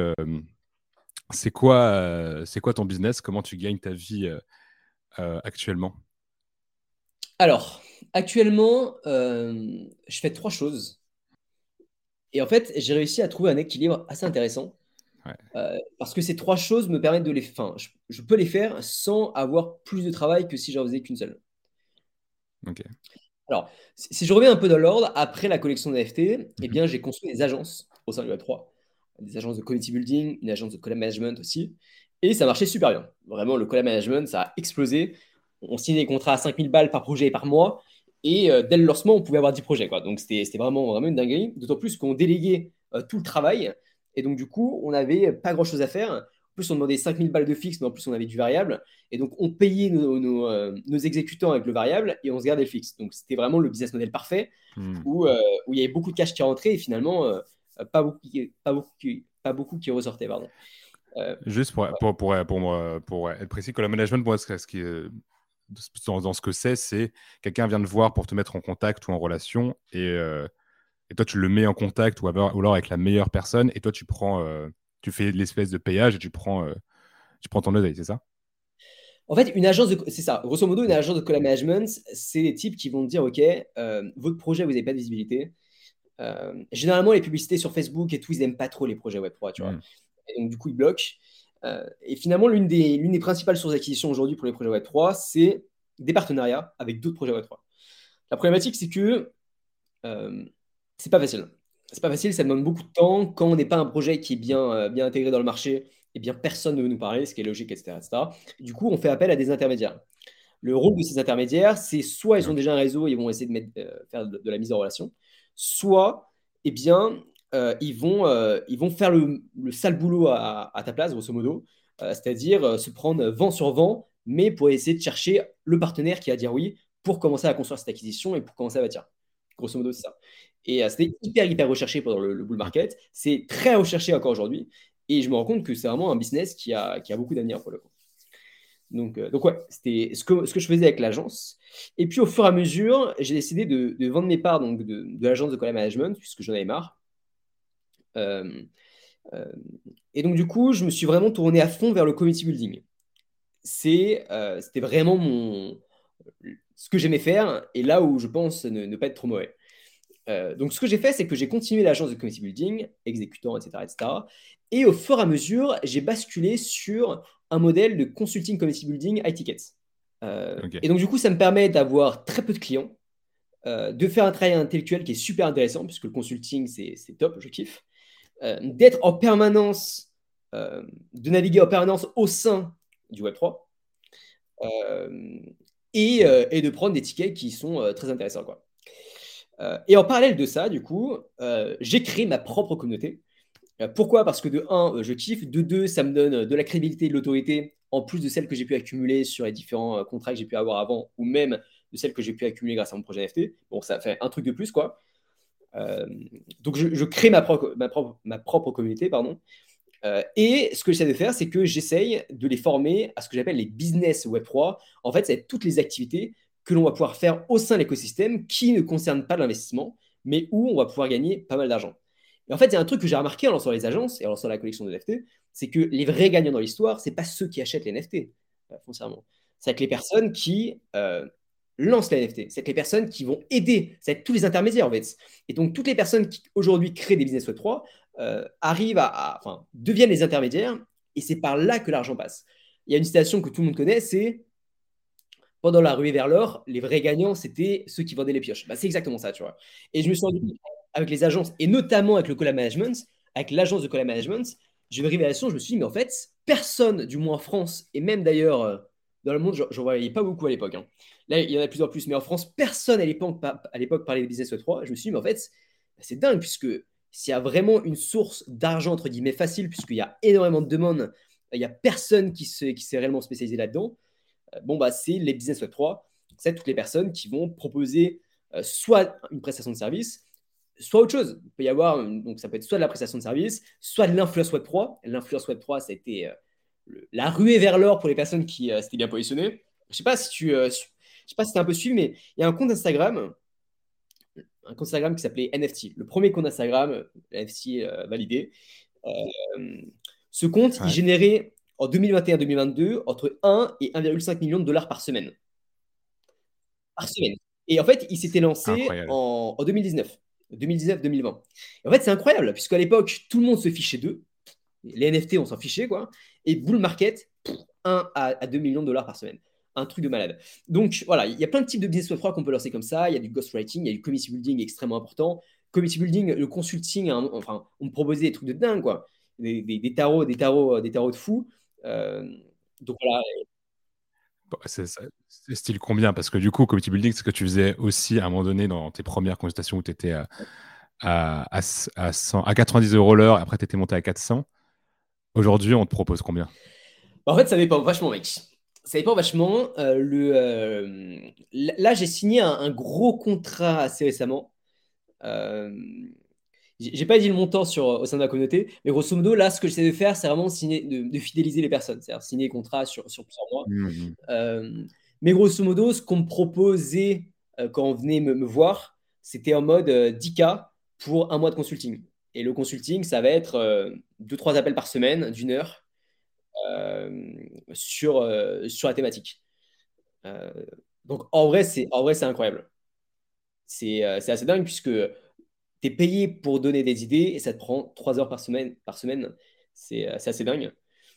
c'est quoi ton business? Comment tu gagnes ta vie actuellement? Alors, actuellement, je fais trois choses. Et en fait, j'ai réussi à trouver un équilibre assez intéressant. Ouais, Parce que ces trois choses me permettent de les... Enfin, je peux les faire sans avoir plus de travail que si j'en faisais qu'une seule. ok. Alors, si je reviens un peu dans l'ordre, après la collection d'NFT, eh Mhm. bien, j'ai construit des agences au sein du Web3, des agences de community building, une agence de collab management aussi, et ça marchait super bien. Vraiment, le collab management, ça a explosé. on signait des contrats à 5000 balles par projet et par mois. Et dès le lancement, on pouvait avoir 10 projets, quoi. Donc, c'était vraiment une dinguerie. D'autant plus qu'on déléguait tout le travail. Et donc, du coup, on n'avait pas grand-chose à faire. En plus, on demandait 5000 balles de fixe, mais en plus, on avait du variable. Et donc, on payait nos exécutants avec le variable et on se gardait le fixe. Donc, c'était vraiment le business model parfait Hmm. où il y avait beaucoup de cash qui rentrait et finalement, pas beaucoup qui ressortait. Pardon. Juste pour être précis, que la management, moi, ce qui est, dans ce que c'est quelqu'un vient te voir pour te mettre en contact ou en relation et toi, tu le mets en contact ou alors avec la meilleure personne et toi, tu fais l'espèce de payage et tu prends ton oseille, c'est ça? En fait, c'est ça. Grosso modo, une agence de collab management, c'est des types qui vont te dire, OK, votre projet, vous n'avez pas de visibilité. Généralement, les publicités sur Facebook et tout, ils n'aiment pas trop les projets Web3, tu vois. Hmm. Et donc, du coup, ils bloquent. Et finalement, l'une des principales sources d'acquisition aujourd'hui pour les projets Web3, c'est des partenariats avec d'autres projets Web3. La problématique, c'est que euh, c'est pas facile. C'est pas facile, ça demande beaucoup de temps. Quand on n'est pas un projet qui est bien intégré dans le marché, eh bien, personne ne veut nous parler, ce qui est logique, etc., etc. Du coup, on fait appel à des intermédiaires. Le rôle de ces intermédiaires, c'est soit ils ont Ok. déjà un réseau et ils vont essayer faire de la mise en relation, soit eh bien, ils vont faire le sale boulot à ta place, grosso modo, c'est-à-dire se prendre vent sur vent, mais pour essayer de chercher le partenaire qui va dire oui pour commencer à construire cette acquisition et pour commencer à bâtir. Grosso modo, c'est ça. Et c'était hyper, hyper recherché pendant le bull Ok. market. C'est très recherché encore aujourd'hui. Et je me rends compte que c'est vraiment un business qui a beaucoup d'avenir pour le coup. Donc ouais, c'était ce que je faisais avec l'agence. Et puis au fur et à mesure, j'ai décidé de vendre mes parts donc, de l'agence de collab management, puisque j'en avais marre. Euh, euh, et donc du coup, je me suis vraiment tourné à fond vers le community building. C'était vraiment ce que j'aimais faire et là où je pense ne pas être trop mauvais. Donc, ce que j'ai fait, c'est que j'ai continué l'agence de community building, exécutant, etc., etc. Et au fur et à mesure, j'ai basculé sur un modèle de consulting community building high tickets. Ok. Et donc, du coup, ça me permet d'avoir très peu de clients, de faire un travail intellectuel qui est super intéressant, puisque le consulting, c'est top, je kiffe. D'être en permanence, de naviguer en permanence au sein du Web3 euh, Hmm. et de prendre des tickets qui sont très intéressants, quoi. Et en parallèle de ça, du coup, j'ai créé ma propre communauté. Pourquoi? Parce que de un, je kiffe. De deux, ça me donne de la crédibilité et de l'autorité, en plus de celle que j'ai pu accumuler sur les différents contrats que j'ai pu avoir avant, ou même de celle que j'ai pu accumuler grâce à mon projet NFT. Bon, ça fait un truc de plus, quoi. Euh, donc, je crée ma propre communauté, pardon. Et ce que j'essaie de faire, c'est que j'essaye de les former à ce que j'appelle les business Web3. En fait, c'est toutes les activités que l'on va pouvoir faire au sein de l'écosystème qui ne concernent pas l'investissement, mais où on va pouvoir gagner pas mal d'argent. Et en fait, il y a un truc que j'ai remarqué en lançant les agences et en lançant la collection de NFT, c'est que les vrais gagnants dans l'histoire, c'est pas ceux qui achètent les NFT, foncièrement. C'est avec les personnes qui lancent les NFT. C'est avec les personnes qui vont aider. C'est avec tous les intermédiaires, en fait. Et donc, toutes les personnes qui aujourd'hui créent des business Web3 arrivent enfin, deviennent les intermédiaires et c'est par là que l'argent passe. Il y a une citation que tout le monde connaît, c'est pendant la ruée vers l'or, les vrais gagnants, c'était ceux qui vendaient les pioches. Bah, c'est exactement ça, tu vois. Et je me suis rendu compte avec les agences, et notamment avec le collab management, avec l'agence de collab management, j'ai eu une révélation, je me suis dit, mais en fait, personne, du moins en France, et même d'ailleurs dans le monde, j'en voyais pas beaucoup à l'époque, hein. Là, il y en a de plus en plus, mais en France, personne à l'époque parlait de business Web3. Je me suis dit, mais en fait, c'est dingue, puisque s'il y a vraiment une source d'argent, entre guillemets, facile, puisqu'il y a énormément de demandes, il n'y a personne qui s'est réellement spécialisé là-dedans. Bon, bah, c'est les business Web3. C'est toutes les personnes qui vont proposer soit une prestation de service, soit autre chose. Il peut y avoir, donc ça peut être soit de la prestation de service, soit de l'influence Web3. L'influence Web3, ça a été la ruée vers l'or pour les personnes qui s'étaient bien positionnées. Je sais pas si je sais pas si tu un peu suivi, mais il y a un compte Instagram qui s'appelait NFT. Le premier compte Instagram, NFT validé. Euh, Ce compte, il Ouais. générait en 2021-2022 entre 1 et 1,5 million de dollars par semaine. Par semaine. Et en fait, il s'était lancé Incroyable. en 2019. 2019-2020. Et en fait, c'est incroyable, puisqu'à l'époque, tout le monde se fichait d'eux. Les NFT, on s'en fichait, quoi. Et bull market, 1 à 2 millions de dollars par semaine. Un truc de malade. Donc voilà, il y a plein de types de business Web3 qu'on peut lancer comme ça. Il y a du ghostwriting, il y a du community building extrêmement important. Community building, le consulting, hein, enfin, on me proposait des trucs de dingue, quoi. Des tarots de fous. Euh, donc voilà. C'est style combien? Parce que du coup, community building, c'est ce que tu faisais aussi à un moment donné dans tes premières consultations où tu étais à 100 à 90 euros l'heure, après tu étais monté à 400. Aujourd'hui, on te propose combien? En fait, ça dépend vachement, mec. Ça dépend vachement. Là, j'ai signé un gros contrat assez récemment. Euh, j'ai pas dit le montant au sein de la communauté, mais grosso modo, là, ce que j'essaie de faire, c'est vraiment de fidéliser les personnes, c'est-à-dire signer des contrats sur plusieurs mois. Mhm. Euh, mais grosso modo, ce qu'on me proposait quand on venait me voir, c'était en mode 10K pour un mois de consulting. Et le consulting, ça va être 2-3 appels par semaine d'1 heure euh, sur la thématique. Euh, donc en vrai, c'est incroyable. C'est assez dingue puisque tu es payé pour donner des idées et ça te prend 3 heures par semaine. C'est assez dingue.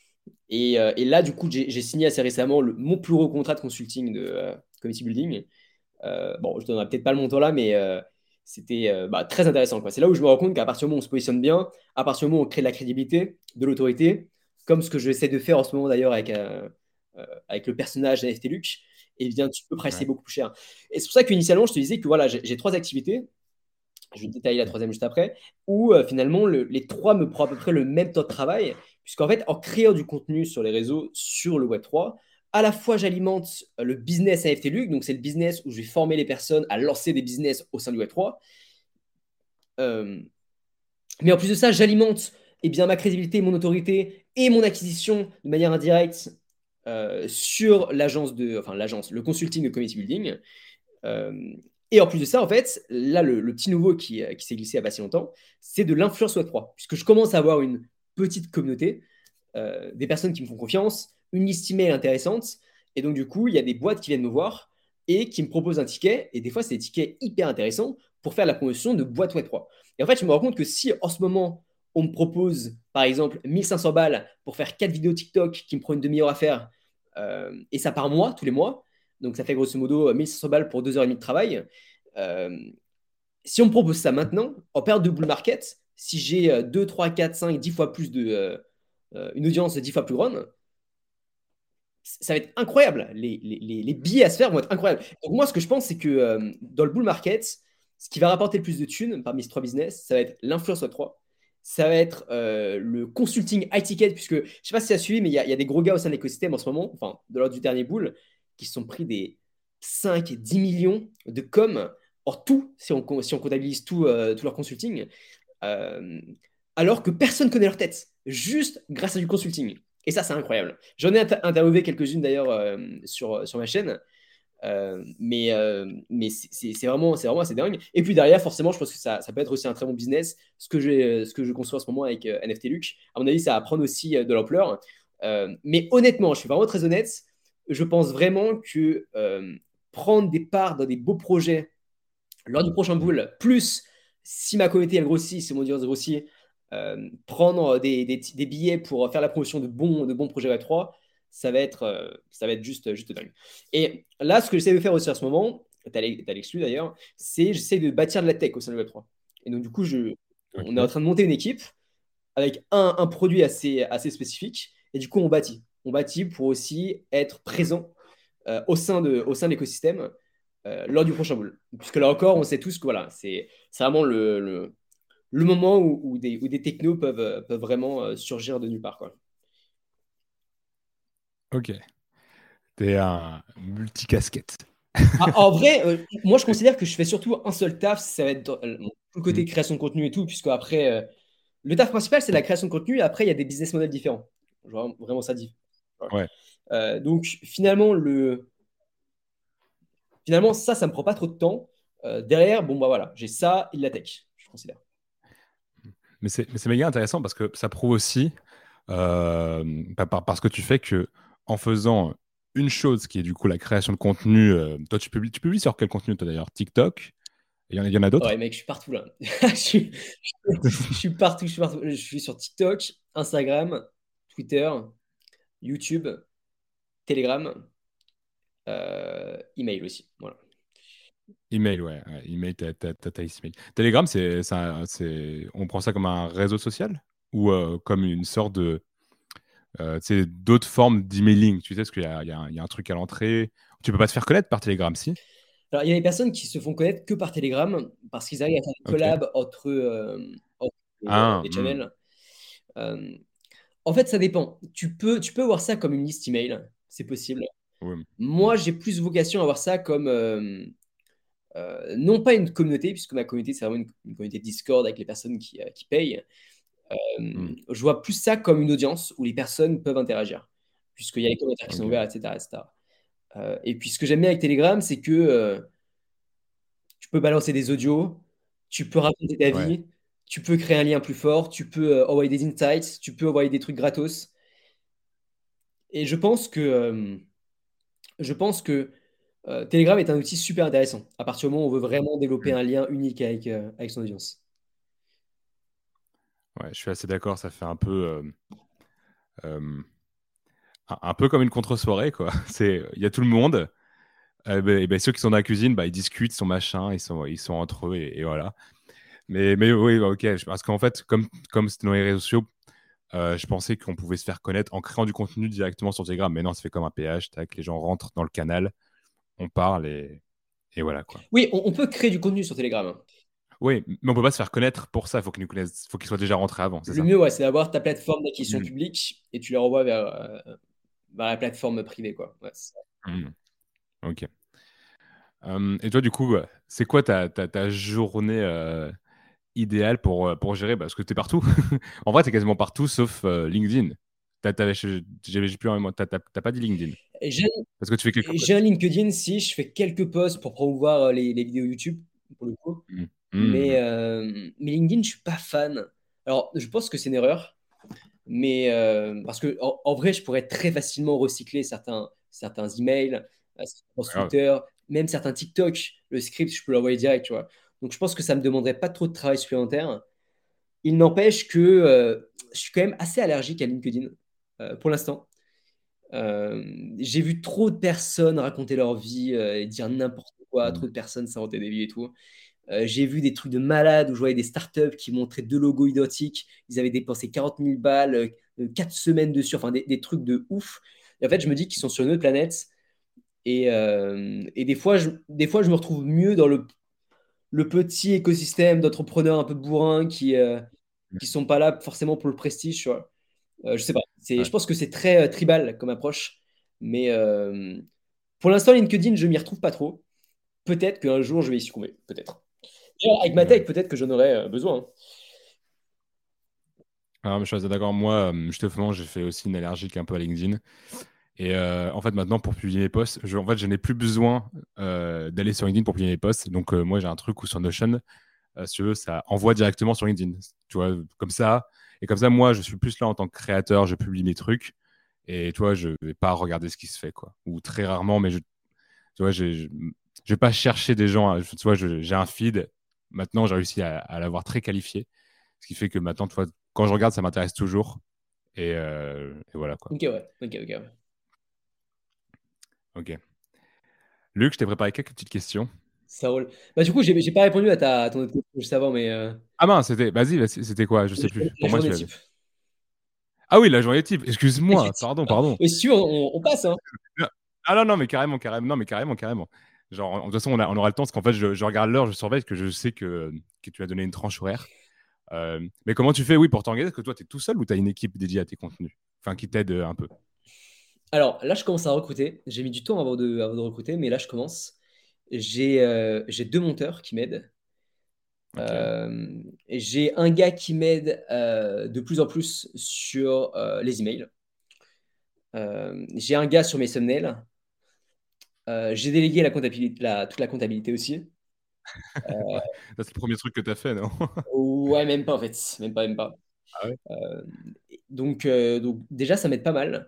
Et là, du coup, j'ai signé assez récemment mon plus gros contrat de consulting de community building. Bon, je ne donnerai peut-être pas le montant là, mais c'était très intéressant, quoi. C'est là où je me rends compte qu'à partir du moment où on se positionne bien, à partir du moment où on crée de la crédibilité, de l'autorité, comme ce que j'essaie de faire en ce moment d'ailleurs avec le personnage NFT Luc, eh bien, tu peux pricer Ouais. beaucoup plus cher. Et c'est pour ça qu'initialement, je te disais que voilà, j'ai 3 activités. Je vais détailler la troisième juste après, où finalement les trois me prennent à peu près le même temps de travail, puisqu'en fait, en créant du contenu sur les réseaux, sur le Web3, à la fois j'alimente le business NFT Luc, donc c'est le business où je vais former les personnes à lancer des business au sein du Web3. Euh, mais en plus de ça, j'alimente bien, ma crédibilité, mon autorité et mon acquisition de manière indirecte sur l'agence, le consulting de community building. Euh, et en plus de ça, en fait, là, le petit nouveau qui s'est glissé il n'y a pas si longtemps, c'est de l'influence Web3, puisque je commence à avoir une petite communauté, des personnes qui me font confiance, une liste email intéressante, et donc du coup, il y a des boîtes qui viennent me voir et qui me proposent un ticket, et des fois, c'est des tickets hyper intéressants pour faire la promotion de boîtes Web3. Et en fait, je me rends compte que si en ce moment, on me propose, par exemple, 1500 balles pour faire 4 vidéos TikTok qui me prennent une demi-heure à faire, et ça par mois, tous les mois, donc ça fait grosso modo 1500 balles pour 2 heures et demie de travail. Euh, Si on me propose ça maintenant, en période de bull market, si j'ai 2, 3, 4, 5, 10 fois plus une audience 10 fois plus grande, ça va être incroyable. Les billets à se faire vont être incroyables. Donc moi, ce que je pense, c'est que dans le bull market, ce qui va rapporter le plus de thunes parmi ces trois business, ça va être l'influence Web 3. Ça va être le consulting high ticket, puisque je ne sais pas si tu as suivi, mais il y a des gros gars au sein de l'écosystème en ce moment, enfin, de l'ordre du dernier bull, qui se sont pris des 5 et 10 millions de com. Or, tout, si on comptabilise tout leur consulting, euh, alors que personne connaît leur tête, juste grâce à du consulting. Et ça, c'est incroyable. J'en ai interviewé quelques-unes d'ailleurs sur ma chaîne, mais c'est vraiment assez dingue. Et puis derrière, forcément, je pense que ça peut être aussi un très bon business. Ce que je conçois en ce moment avec NFT Luc, à mon avis, ça va prendre aussi de l'ampleur. Mais honnêtement, je suis vraiment très honnête. Je pense vraiment que prendre des parts dans des beaux projets lors du prochain bull, plus si ma communauté elle grossit, si mon audience grossit, prendre des billets pour faire la promotion de bons projets Web3, ça va être juste dingue. Et là, ce que j'essaie de faire aussi à ce moment, tu as l'exclu d'ailleurs, c'est j'essaie de bâtir de la tech au sein de Web3. Et donc, du coup, on est en Ok. train de monter une équipe avec un produit assez spécifique. Et du coup, on bâtit. On bâtit pour aussi être présent au sein de l'écosystème lors du prochain bowl. Puisque là encore, on sait tous que voilà, c'est vraiment le moment où des technos peuvent vraiment surgir de nulle part, quoi. Ok. T'es un multicasquette. Ah, en vrai, moi je considère que je fais surtout un seul taf, ça va être tout le côté Mm. création de contenu et tout, puisque après, le taf principal c'est la création de contenu, et après il y a des business models différents. Genre, vraiment ça dit. Voilà. Ouais. Donc finalement ça me prend pas trop de temps. Derrière, bon bah voilà, j'ai ça et de la tech, je considère. Mais c'est méga intéressant parce que ça prouve aussi, parce que tu fais que en faisant une chose qui est du coup la création de contenu, toi tu publies sur quel contenu toi d'ailleurs? TikTok? Il y en a Ouais, d'autres? mec, je suis partout là. Je suis partout, je suis partout. Je suis sur TikTok, Instagram, Twitter, YouTube, Telegram, email aussi. Voilà. Email, ouais. Email, t'as email. Telegram, on prend ça comme un réseau social ou comme une sorte tu sais, d'autres formes d'emailing. Tu sais, parce qu'il y a un truc à l'entrée. Tu peux pas te faire connaître par Telegram, si? Alors, il y a des personnes qui se font connaître que par Telegram parce qu'ils arrivent à faire des Ok. collabs entre Ah, les channels. Euh, En fait, ça dépend. Tu peux voir ça comme une liste email, c'est possible. oui. Moi, j'ai plus vocation à voir ça comme, non pas une communauté, puisque ma communauté, c'est vraiment une communauté Discord avec les personnes qui payent. Je vois plus ça comme une audience où les personnes peuvent interagir, puisqu'il y a les commentaires qui sont Ok. ouverts, etc., etc. Et puis, ce que j'aime bien avec Telegram, c'est que tu peux balancer des audios, tu peux raconter ta Ouais. vie, tu peux créer un lien plus fort, tu peux envoyer des insights, tu peux envoyer des trucs gratos. Et je pense que Telegram est un outil super intéressant à partir du moment où on veut vraiment développer Mm. un lien unique avec son audience. Ouais, je suis assez d'accord. Ça fait un peu, euh, un peu comme une contre-soirée, quoi. Il y a tout le monde. Et ben, ceux qui sont dans la cuisine, bah, ils discutent, ils sont machin, ils sont entre eux et voilà. Mais oui, ok. Parce qu'en fait, comme c'était dans les réseaux sociaux, je pensais qu'on pouvait se faire connaître en créant du contenu directement sur Telegram. Mais non, ça fait comme un péage. Tac, les gens rentrent dans le canal, on parle et voilà, quoi. Oui, on peut créer du contenu sur Telegram, hein. Oui, mais on peut pas se faire connaître pour ça. Il faut qu'ils nous connaissent, faut qu'ils soient déjà rentrés avant, c'est Le ça? mieux, ouais, c'est d'avoir ta plateforme d'acquisition Mm. publique et tu les renvoies vers la plateforme privée, quoi. Ouais, c'est ça. Mm. Ok. Et toi, du coup, c'est quoi ta journée idéale pour gérer? Parce que tu es partout. En vrai, tu es quasiment partout sauf LinkedIn. J'ai plus en mémoire. T'as pas dit LinkedIn. Et Parce que tu fais quelques j'ai un posts. LinkedIn, si je fais quelques posts pour promouvoir les vidéos YouTube, pour le coup. Mm. Mais, Mm. mais LinkedIn, je suis pas fan. Alors, je pense que c'est une erreur. Mais parce que en vrai, je pourrais très facilement recycler certains emails, certains Pas posts grave. Twitter, même certains TikTok. Le script, je peux l'envoyer direct, tu vois. Donc, je pense que ça me demanderait pas trop de travail supplémentaire. Il n'empêche que je suis quand même assez allergique à LinkedIn pour l'instant. J'ai vu trop de personnes raconter leur vie et dire n'importe quoi, Mm. trop de personnes s'inventer des vies et tout. J'ai vu des trucs de malades où je voyais des startups qui montraient deux logos identiques. Ils avaient dépensé 40 000 balles, 4 semaines dessus, enfin des trucs de ouf. Et en fait, je me dis qu'ils sont sur une autre planète. Et des fois, je me retrouve mieux dans le petit écosystème d'entrepreneurs un peu bourrins qui sont pas là forcément pour le prestige, tu vois. Je sais pas. Je Ouais. pense que c'est très tribal comme approche. Mais pour l'instant, LinkedIn, je m'y retrouve pas trop. Peut-être qu'un jour, je vais y succomber. Peut-être. D'ailleurs, avec ma tech, Ouais. peut-être que j'en aurais besoin, hein. Alors, je suis assez d'accord. Moi, justement, j'ai fait aussi une allergique un peu à LinkedIn. Et en fait, maintenant, pour publier mes posts, en fait, je n'ai plus besoin d'aller sur LinkedIn pour publier mes posts. Donc, moi, j'ai un truc où sur Notion, si tu veux, ça envoie directement sur LinkedIn. Tu vois, comme ça. Et comme ça, moi, je suis plus là en tant que créateur, je publie mes trucs. Et tu vois, je vais pas regarder ce qui se fait, quoi. Ou très rarement, mais tu vois, je vais pas chercher des gens. Tu vois, j'ai un feed. Maintenant, j'ai réussi à l'avoir très qualifié. Ce qui fait que maintenant, tu vois, quand je regarde, ça m'intéresse toujours. Et voilà, quoi. Ok, ouais. Ok, ok, ouais. Ok. Luc, je t'ai préparé quelques petites questions. Ça roule. Bah, du coup, j'ai pas répondu à ton autre question juste avant, mais Ah mince, vas-y, c'était quoi? Je sais plus. la Pour moi, journée tu l'avais. type. Ah oui, la journée type. Excuse-moi, pardon, Ah, pardon. mais si tu veux, on passe, hein. Ah non, non, mais carrément, carrément, non, mais carrément, carrément. Genre, de toute façon, on aura le temps, parce qu'en fait, je regarde l'heure, je surveille, parce que je sais que tu as donné une tranche horaire. Mais comment tu fais, oui, pour t'organiser? Est-ce que toi, tu es tout seul ou tu as une équipe dédiée à tes contenus? Enfin, qui t'aide un peu. Alors là, je commence à recruter. J'ai mis du temps avant de recruter, mais là, je commence. J'ai deux monteurs qui m'aident. Ok. Et j'ai un gars qui m'aide de plus en plus sur les emails. J'ai un gars sur mes thumbnails. J'ai délégué toute la comptabilité aussi. Ouais. Ça, c'est le premier truc que tu as fait, non? Ouais, même pas en fait. Même pas, même pas. Ah ouais? Euh, donc déjà, ça m'aide pas mal.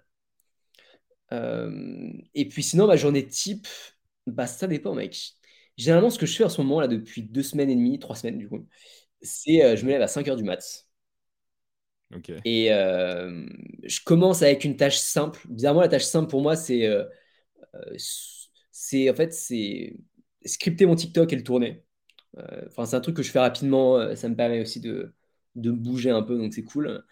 Et puis sinon, ma journée type, bah, ça dépend, mec. Généralement, ce que je fais en ce moment, là, depuis 2 semaines et demie, 3 semaines, du coup, c'est je me lève à 5 heures du mat. Ok. Et je commence avec une tâche simple. Bizarrement, la tâche simple pour moi, euh, c'est en fait, c'est scripter mon TikTok et le tourner. Enfin, c'est un truc que je fais rapidement. Ça me permet aussi de me bouger un peu, donc c'est cool.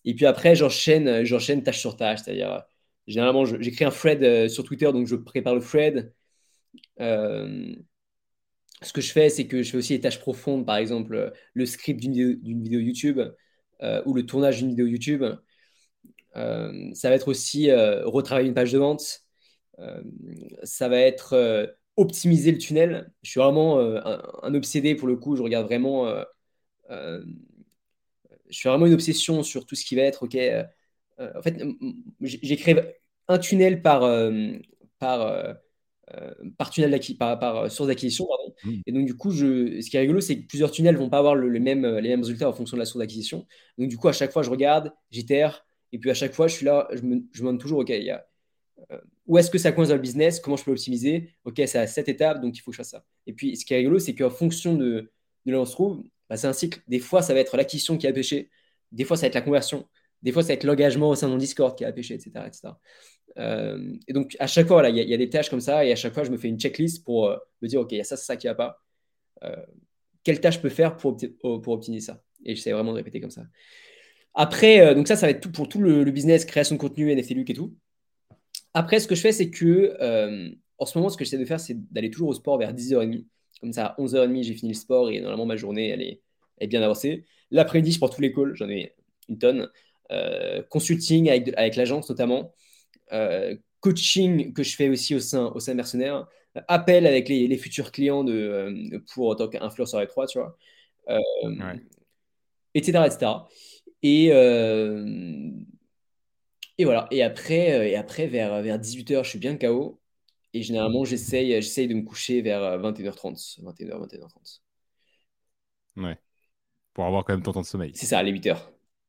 Et puis après, j'enchaîne tâche sur tâche. C'est-à-dire, généralement, j'écris un thread sur Twitter, donc je prépare le thread. Euh, Ce que je fais, c'est que je fais aussi des tâches profondes, par exemple, le script d'une vidéo YouTube ou le tournage d'une vidéo YouTube. Ça va être aussi retravailler une page de vente. Euh, Ça va être optimiser le tunnel. Je suis vraiment un obsédé pour le coup. Je regarde vraiment. Euh, je suis vraiment une obsession sur tout ce qui va être. Ok. En fait, j'écris un tunnel par, euh, par tunnel par source d'acquisition, pardon. Mm. Et donc du coup, ce qui est rigolo, c'est que plusieurs tunnels vont pas avoir les mêmes résultats en fonction de la source d'acquisition. Donc du coup, à chaque fois, je regarde, j'itère, et puis à chaque fois, je suis là, je me demande toujours, ok, euh, où est-ce que ça coince dans le business, comment je peux l'optimiser, ok, c'est à cette étape, donc il faut que je fasse ça. Et puis, ce qui est rigolo, c'est qu'en fonction de là où on se trouve, bah, c'est un cycle. Des fois, ça va être l'acquisition qui a pêché, des fois, ça va être la conversion, des fois, ça va être l'engagement au sein de mon Discord qui a pêché, etc., etc. Et donc, à chaque fois, voilà, il y a des tâches comme ça, et à chaque fois, je me fais une checklist pour me dire, OK, il y a ça, c'est ça qui va pas. Euh, Quelle tâche je peux faire pour optimiser ça? Et j'essaie vraiment de répéter comme ça. Après, donc ça va être tout pour tout le business, création de contenu, NFT, Luc et tout. Après, ce que je fais, c'est que en ce moment, ce que j'essaie de faire, c'est d'aller toujours au sport vers 10h30. Comme ça, à 11h30, j'ai fini le sport et normalement, ma journée, elle est bien avancée. L'après-midi, je prends tous les calls, j'en ai une tonne. Consulting avec l'agence notamment. Coaching que je fais aussi au sein de Mercenaires, appel avec les futurs clients pour en tant qu'influenceur Web3, tu vois, euh, Ouais. etc., etc. Et, euh, et voilà. Et après vers 18h, je suis bien KO. Et généralement, j'essaye de me coucher vers 21h30. 21h, 21h30. Ouais. Pour avoir quand même ton temps de sommeil. C'est ça, les 8 heures.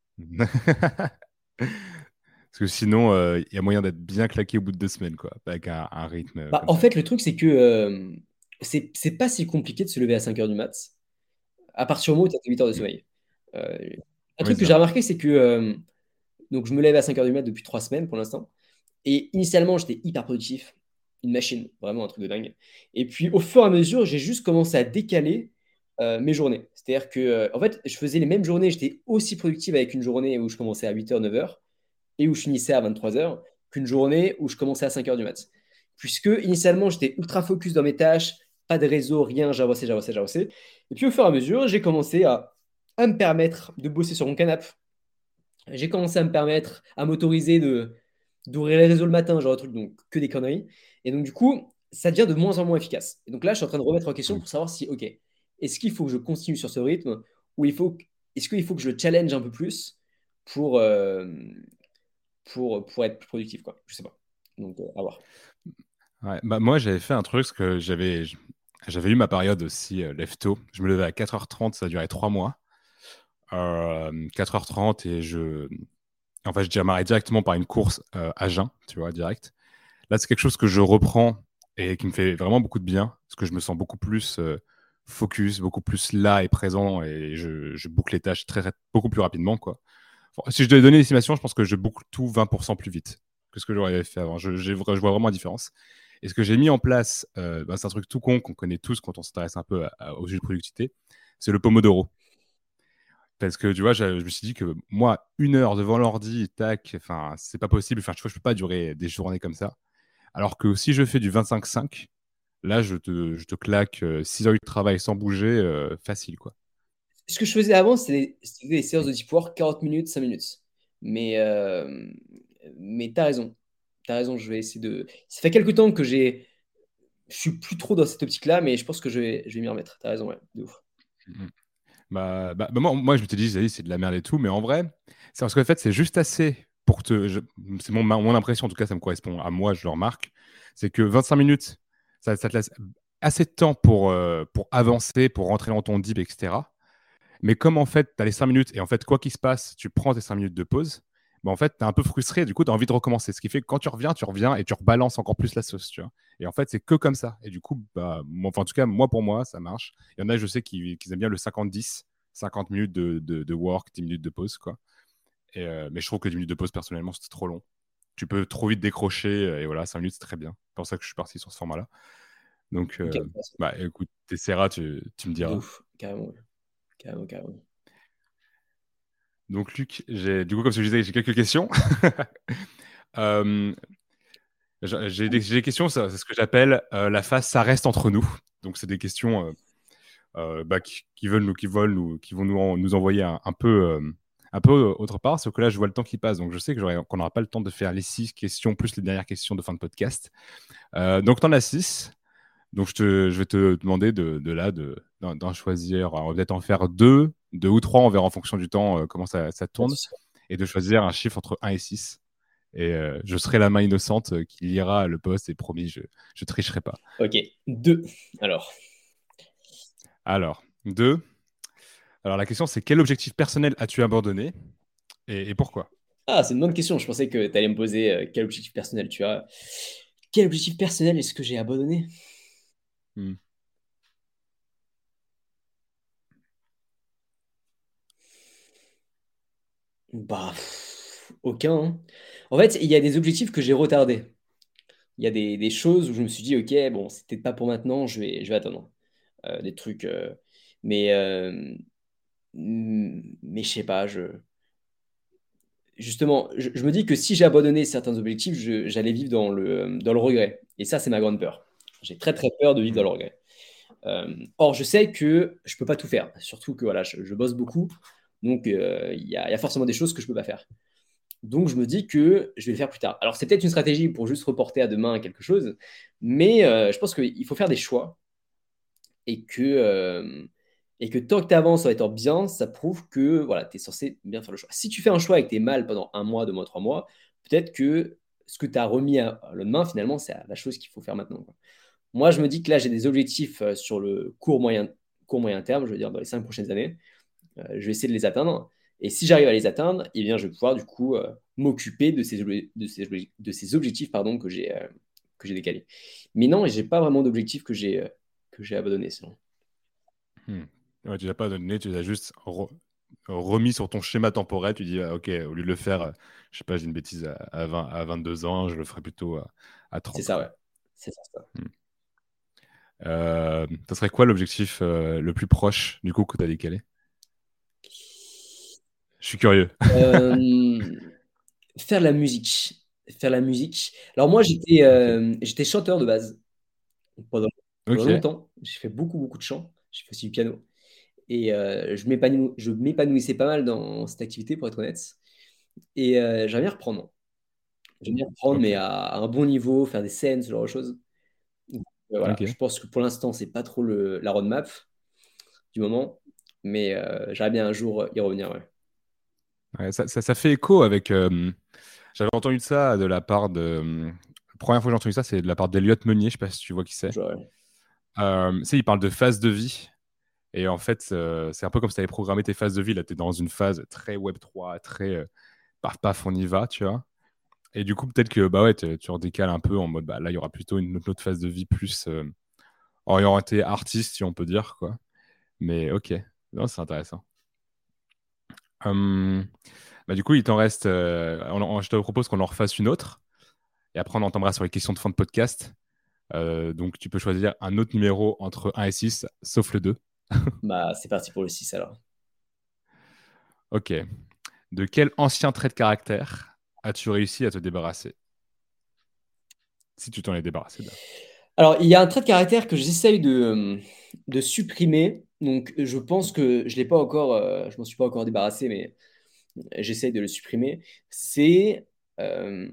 Parce que sinon, il y a moyen d'être bien claqué au bout de 2 semaines, quoi, avec un rythme Bah, comme en ça. fait, le truc, c'est que c'est pas si compliqué de se lever à 5h du mat, à partir du moment où tu as 8 heures de Mm. sommeil. Euh, un Oui, truc c'est que j'ai ça. remarqué, c'est que donc je me lève à 5h du mat depuis 3 semaines pour l'instant. Et initialement, j'étais hyper productif, une machine, vraiment un truc de dingue. Et puis au fur et à mesure, j'ai juste commencé à décaler mes journées. C'est-à-dire que, en fait, je faisais les mêmes journées, j'étais aussi productif avec une journée où je commençais à 8h, 9h et où je finissais à 23h qu'une journée où je commençais à 5h du mat. Puisque initialement, j'étais ultra focus dans mes tâches, pas de réseau, rien, j'avançais, j'avançais, j'avançais. Et puis au fur et à mesure, j'ai commencé à me permettre de bosser sur mon canapé. J'ai commencé à me permettre, à m'autoriser d'ouvrir les réseaux le matin, genre un truc, donc que des conneries. Et donc, du coup, ça devient de moins en moins efficace. Et donc là, je suis en train de remettre en question Mm. pour savoir si, OK, est-ce qu'il faut que je continue sur ce rythme ou est-ce qu'il faut que je le challenge un peu plus pour, euh, pour être plus productif, quoi. Je sais pas. Donc, à voir. Ouais. Bah, moi, j'avais fait un truc, parce que j'avais eu ma période aussi lève tôt. Je me levais à 4h30, ça a duré 3 mois. 4h30 et je démarrais directement par une course à jeun, tu vois, direct. Là, c'est quelque chose que je reprends et qui me fait vraiment beaucoup de bien, parce que je me sens beaucoup plus focus, beaucoup plus là et présent, et je boucle les tâches beaucoup plus rapidement, quoi. Enfin, si je devais donner une estimation, je pense que je boucle tout 20% plus vite que ce que j'aurais fait avant. Je vois vraiment la différence. Et ce que j'ai mis en place, bah, c'est un truc tout con qu'on connaît tous quand on s'intéresse un peu au sujet de productivité, c'est le Pomodoro. Parce que tu vois, je me suis dit que moi, 1 heure devant l'ordi, tac, enfin, c'est pas possible. Enfin, tu vois, je peux pas durer des journées comme ça. Alors que si je fais du 25-5, là, je te claque 6 heures de travail sans bouger, facile, quoi. Ce que je faisais avant, c'était des séances de deep work, 40 minutes, 5 minutes. Mais, euh, mais t'as raison. T'as raison, je vais essayer de. Ça fait quelques temps que je suis plus trop dans cette optique-là, mais je pense que je vais m'y remettre. T'as raison, ouais, de ouf. Mhm. Moi, je me suis dit, Zaï, c'est de la merde et tout, mais en vrai, c'est parce qu'en fait, c'est juste assez pour c'est mon impression, en tout cas, ça me correspond à moi, je le remarque, c'est que 25 minutes, ça te laisse assez de temps pour avancer, pour rentrer dans ton deep, etc. Mais comme en fait, tu as les 5 minutes et en fait, quoi qu'il se passe, tu prends tes 5 minutes de pause, bah, en fait, tu es un peu frustré, du coup, tu as envie de recommencer. Ce qui fait que quand tu reviens et tu rebalances encore plus la sauce, tu vois. Et en fait, c'est que comme ça. Et du coup, bah, enfin, en tout cas, moi, pour moi, ça marche. Il y en a, je sais, qui aiment bien le 50-10, 50 minutes de work, 10 minutes de pause, quoi. Mais je trouve que 10 minutes de pause, personnellement, c'est trop long. Tu peux trop vite décrocher, et voilà, 5 minutes, c'est très bien. C'est pour ça que je suis parti sur ce format-là. Donc, Ok, bah, écoute, t'essaieras, tu me de diras. ouf, carrément, ouais. Carrément, carrément. Donc, Luc, du coup, comme je disais, j'ai quelques questions. Euh, j'ai des questions, c'est ce que j'appelle la phase ça reste entre nous. Donc, c'est des questions qui vont nous envoyer un peu autre part. Sauf que là, je vois le temps qui passe. Donc, je sais qu'on n'aura pas le temps de faire les 6 questions plus les dernières questions de fin de podcast. Donc, tu en as 6. Donc, je vais te demander d'en choisir. On va peut-être en faire deux ou trois. On verra en fonction du temps comment ça Pas de tourne. souci. Et de choisir un chiffre entre 1 et 6. Et je serai la main innocente qui lira le poste et promis, je tricherai pas. Ok, 2. Alors, Alors, 2. Alors, la question, c'est quel objectif personnel as-tu abandonné et pourquoi? c'est une bonne question. Je pensais que tu allais me poser quel objectif personnel tu as. Quel objectif personnel est-ce que j'ai abandonné? Hmm. Bah, aucun, hein. En fait, il y a des objectifs que j'ai retardés. Il y a des choses où je me suis dit, ok, bon, c'est peut-être pas pour maintenant, je vais attendre. Des trucs. Mais je sais pas, justement, je me dis que si j'ai abandonné certains objectifs, j'allais vivre dans le regret. Et ça, c'est ma grande peur. J'ai très très peur de vivre dans Hmm. le regret. Or, je sais que je peux pas tout faire. Surtout que voilà, je bosse beaucoup. Donc, il y a forcément des choses que je peux pas faire. Donc, je me dis que je vais le faire plus tard. Alors, c'est peut-être une stratégie pour juste reporter à demain quelque chose. Mais je pense qu'il faut faire des choix et que tant que tu avances en étant bien, ça prouve que voilà, tu es censé bien faire le choix. Si tu fais un choix et que tu es mal pendant 1 mois, 2 mois, 3 mois, peut-être que ce que tu as remis à le lendemain, finalement, c'est la chose qu'il faut faire maintenant, quoi. Moi, je me dis que là, j'ai des objectifs sur le court moyen terme, je veux dire dans les 5 prochaines années. Je vais essayer de les atteindre. Et si j'arrive à les atteindre, eh bien, je vais pouvoir du coup m'occuper de ces objectifs pardon, que j'ai décalés. Mais non, j'ai pas vraiment d'objectifs que j'ai abandonnés. Sinon. Hmm. Ouais, tu l'as pas donné, tu l'as juste remis sur ton schéma temporel. Tu dis, ah, ok, au lieu de le faire, je sais pas, j'ai une bêtise à 20, à 22 ans, je le ferai plutôt à C'est 30, ça, quoi. ouais. C'est ça. Hmm. Ça serait quoi l'objectif le plus proche, du coup, que tu as décalé? Je suis curieux. Euh, faire la musique. Faire la musique. Alors moi, j'étais Ok. j'étais chanteur de base pendant Ok. longtemps. J'ai fait beaucoup, beaucoup de chant. J'ai fait aussi du piano. Et je m'épanouissais pas mal dans cette activité, pour être honnête. Et j'aimerais bien reprendre. J'aimerais bien reprendre, mais Ok. à un bon niveau, faire des scènes, ce genre de choses. Donc, voilà, je Ok. pense que pour l'instant, c'est pas trop la roadmap du moment. Mais j'aimerais bien un jour y revenir. Ouais. Ouais, ça fait écho avec. J'avais entendu ça de la part de. La première fois que j'ai entendu ça, c'est de la part d'Eliott Meunier. Je sais pas si tu vois qui c'est. Ouais. Tu sais, il parle de phase de vie. Et en fait, c'est un peu comme si tu avais programmé tes phases de vie. Là, tu es dans une phase très Web3, très paf paf, on y va, tu vois. Et du coup, peut-être que bah ouais, tu redécales un peu en mode bah, là, il y aura plutôt une autre phase de vie plus orientée artiste, si on peut dire, quoi. Mais ok, non, c'est intéressant. Hum, Bah, du coup, il t'en reste. Je te propose qu'on en refasse une autre. Et après, on en tombera sur les questions de fin de podcast. Donc, tu peux choisir un autre numéro entre 1 et 6, sauf le 2. Bah, c'est parti pour le 6 alors. Ok. De quel ancien trait de caractère as-tu réussi à te débarrasser? Si tu t'en es débarrassé, là. Alors, il y a un trait de caractère que j'essaye de supprimer. Donc, je pense que je l'ai pas encore, je m'en suis pas encore débarrassé, mais j'essaye de le supprimer. C'est euh,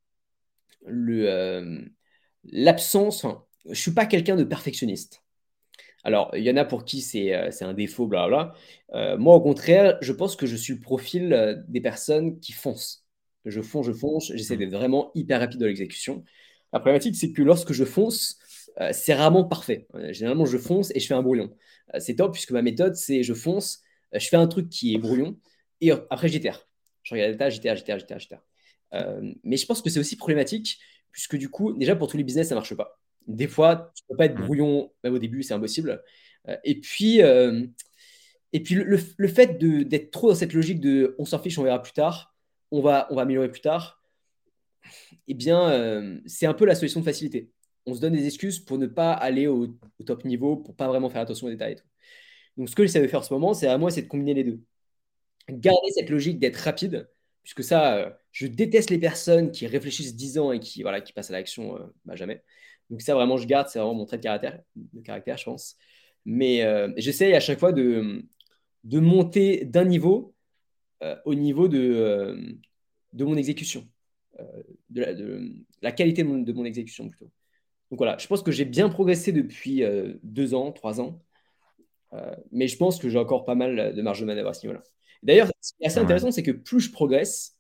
l'absence. Enfin, je suis pas quelqu'un de perfectionniste. Alors, il y en a pour qui c'est un défaut, blablabla. Moi, au contraire, je pense que je suis le profil des personnes qui foncent. Je fonce, j'essaie Hmm. d'être vraiment hyper rapide dans l'exécution. La problématique, c'est que lorsque je fonce, c'est rarement parfait. Généralement, je fonce et je fais un brouillon. C'est top puisque ma méthode, c'est je fonce, je fais un truc qui est brouillon et après, j'itère. Je regarde l'état, j'itère. Mais je pense que c'est aussi problématique puisque du coup, déjà pour tous les business, ça marche pas. Des fois, tu peux pas être Hmm. brouillon, même au début, c'est impossible. Et puis le fait d'être trop dans cette logique de on s'en fiche, on verra plus tard, on va améliorer plus tard, eh bien, c'est un peu la solution de facilité. On se donne des excuses pour ne pas aller au top niveau, pour pas vraiment faire attention aux détails et tout. Donc, ce que j'essaie de faire en ce moment, c'est vraiment essayer de combiner les deux. garder cette logique d'être rapide, puisque ça, je déteste les personnes qui réfléchissent 10 ans et qui, voilà, qui passent à l'action jamais. Donc ça, vraiment, je garde, c'est vraiment mon trait de caractère, je pense. Mais j'essaye à chaque fois de monter d'un niveau au niveau de mon exécution, euh, de la qualité de mon exécution plutôt. Donc voilà, je pense que j'ai bien progressé depuis 2 ans, 3 ans. Mais je pense que j'ai encore pas mal de marge de manœuvre à ce niveau-là. D'ailleurs, ce qui est assez Ouais. intéressant, c'est que plus je progresse,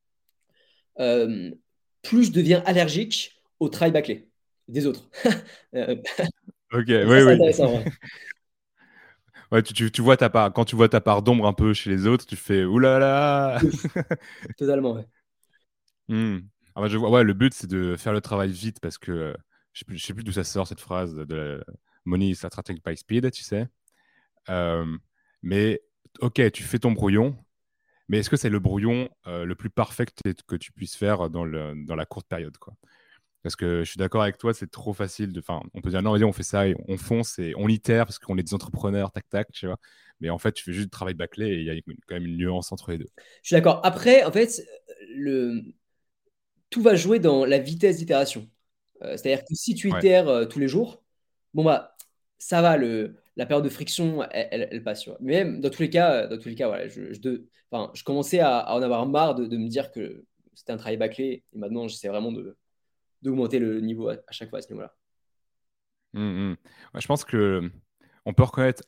euh, plus je deviens allergique au travail bâclé des autres. Euh, Ok, ça, oui, c'est oui. intéressant, ouais. Ouais, tu vois ta part, quand tu vois ta part d'ombre un peu chez les autres, tu fais oulala. Ouf, totalement, ouais. Hmm. Ah bah, je vois, ouais, le but c'est de faire le travail vite parce que je sais plus d'où ça sort cette phrase de money is attracted by speed, tu sais. Euh, mais ok, tu fais ton brouillon, mais est-ce que c'est le brouillon le plus parfait que tu puisses faire dans la courte période, quoi? Parce que je suis d'accord avec toi, c'est trop facile de. Enfin, on peut dire non, vas-y, on fait ça et on fonce et on itère parce qu'on est des entrepreneurs, tac tac, tu vois. Mais en fait, tu fais juste du travail bâclé et il y a quand même une nuance entre les deux. Je suis d'accord. Après, en fait, le... tout va jouer dans la vitesse d'itération. C'est-à-dire que si tu Ouais. itères tous les jours, bon bah ça va, la période de friction, elle passe. Tu vois. Mais même dans tous les cas, voilà, enfin, je commençais à en avoir marre de me dire que c'était un travail bâclé. Et maintenant, j'essaie vraiment d'augmenter le niveau à chaque fois à ce niveau-là. Mm, mm. Ouais, je pense que on peut reconnaître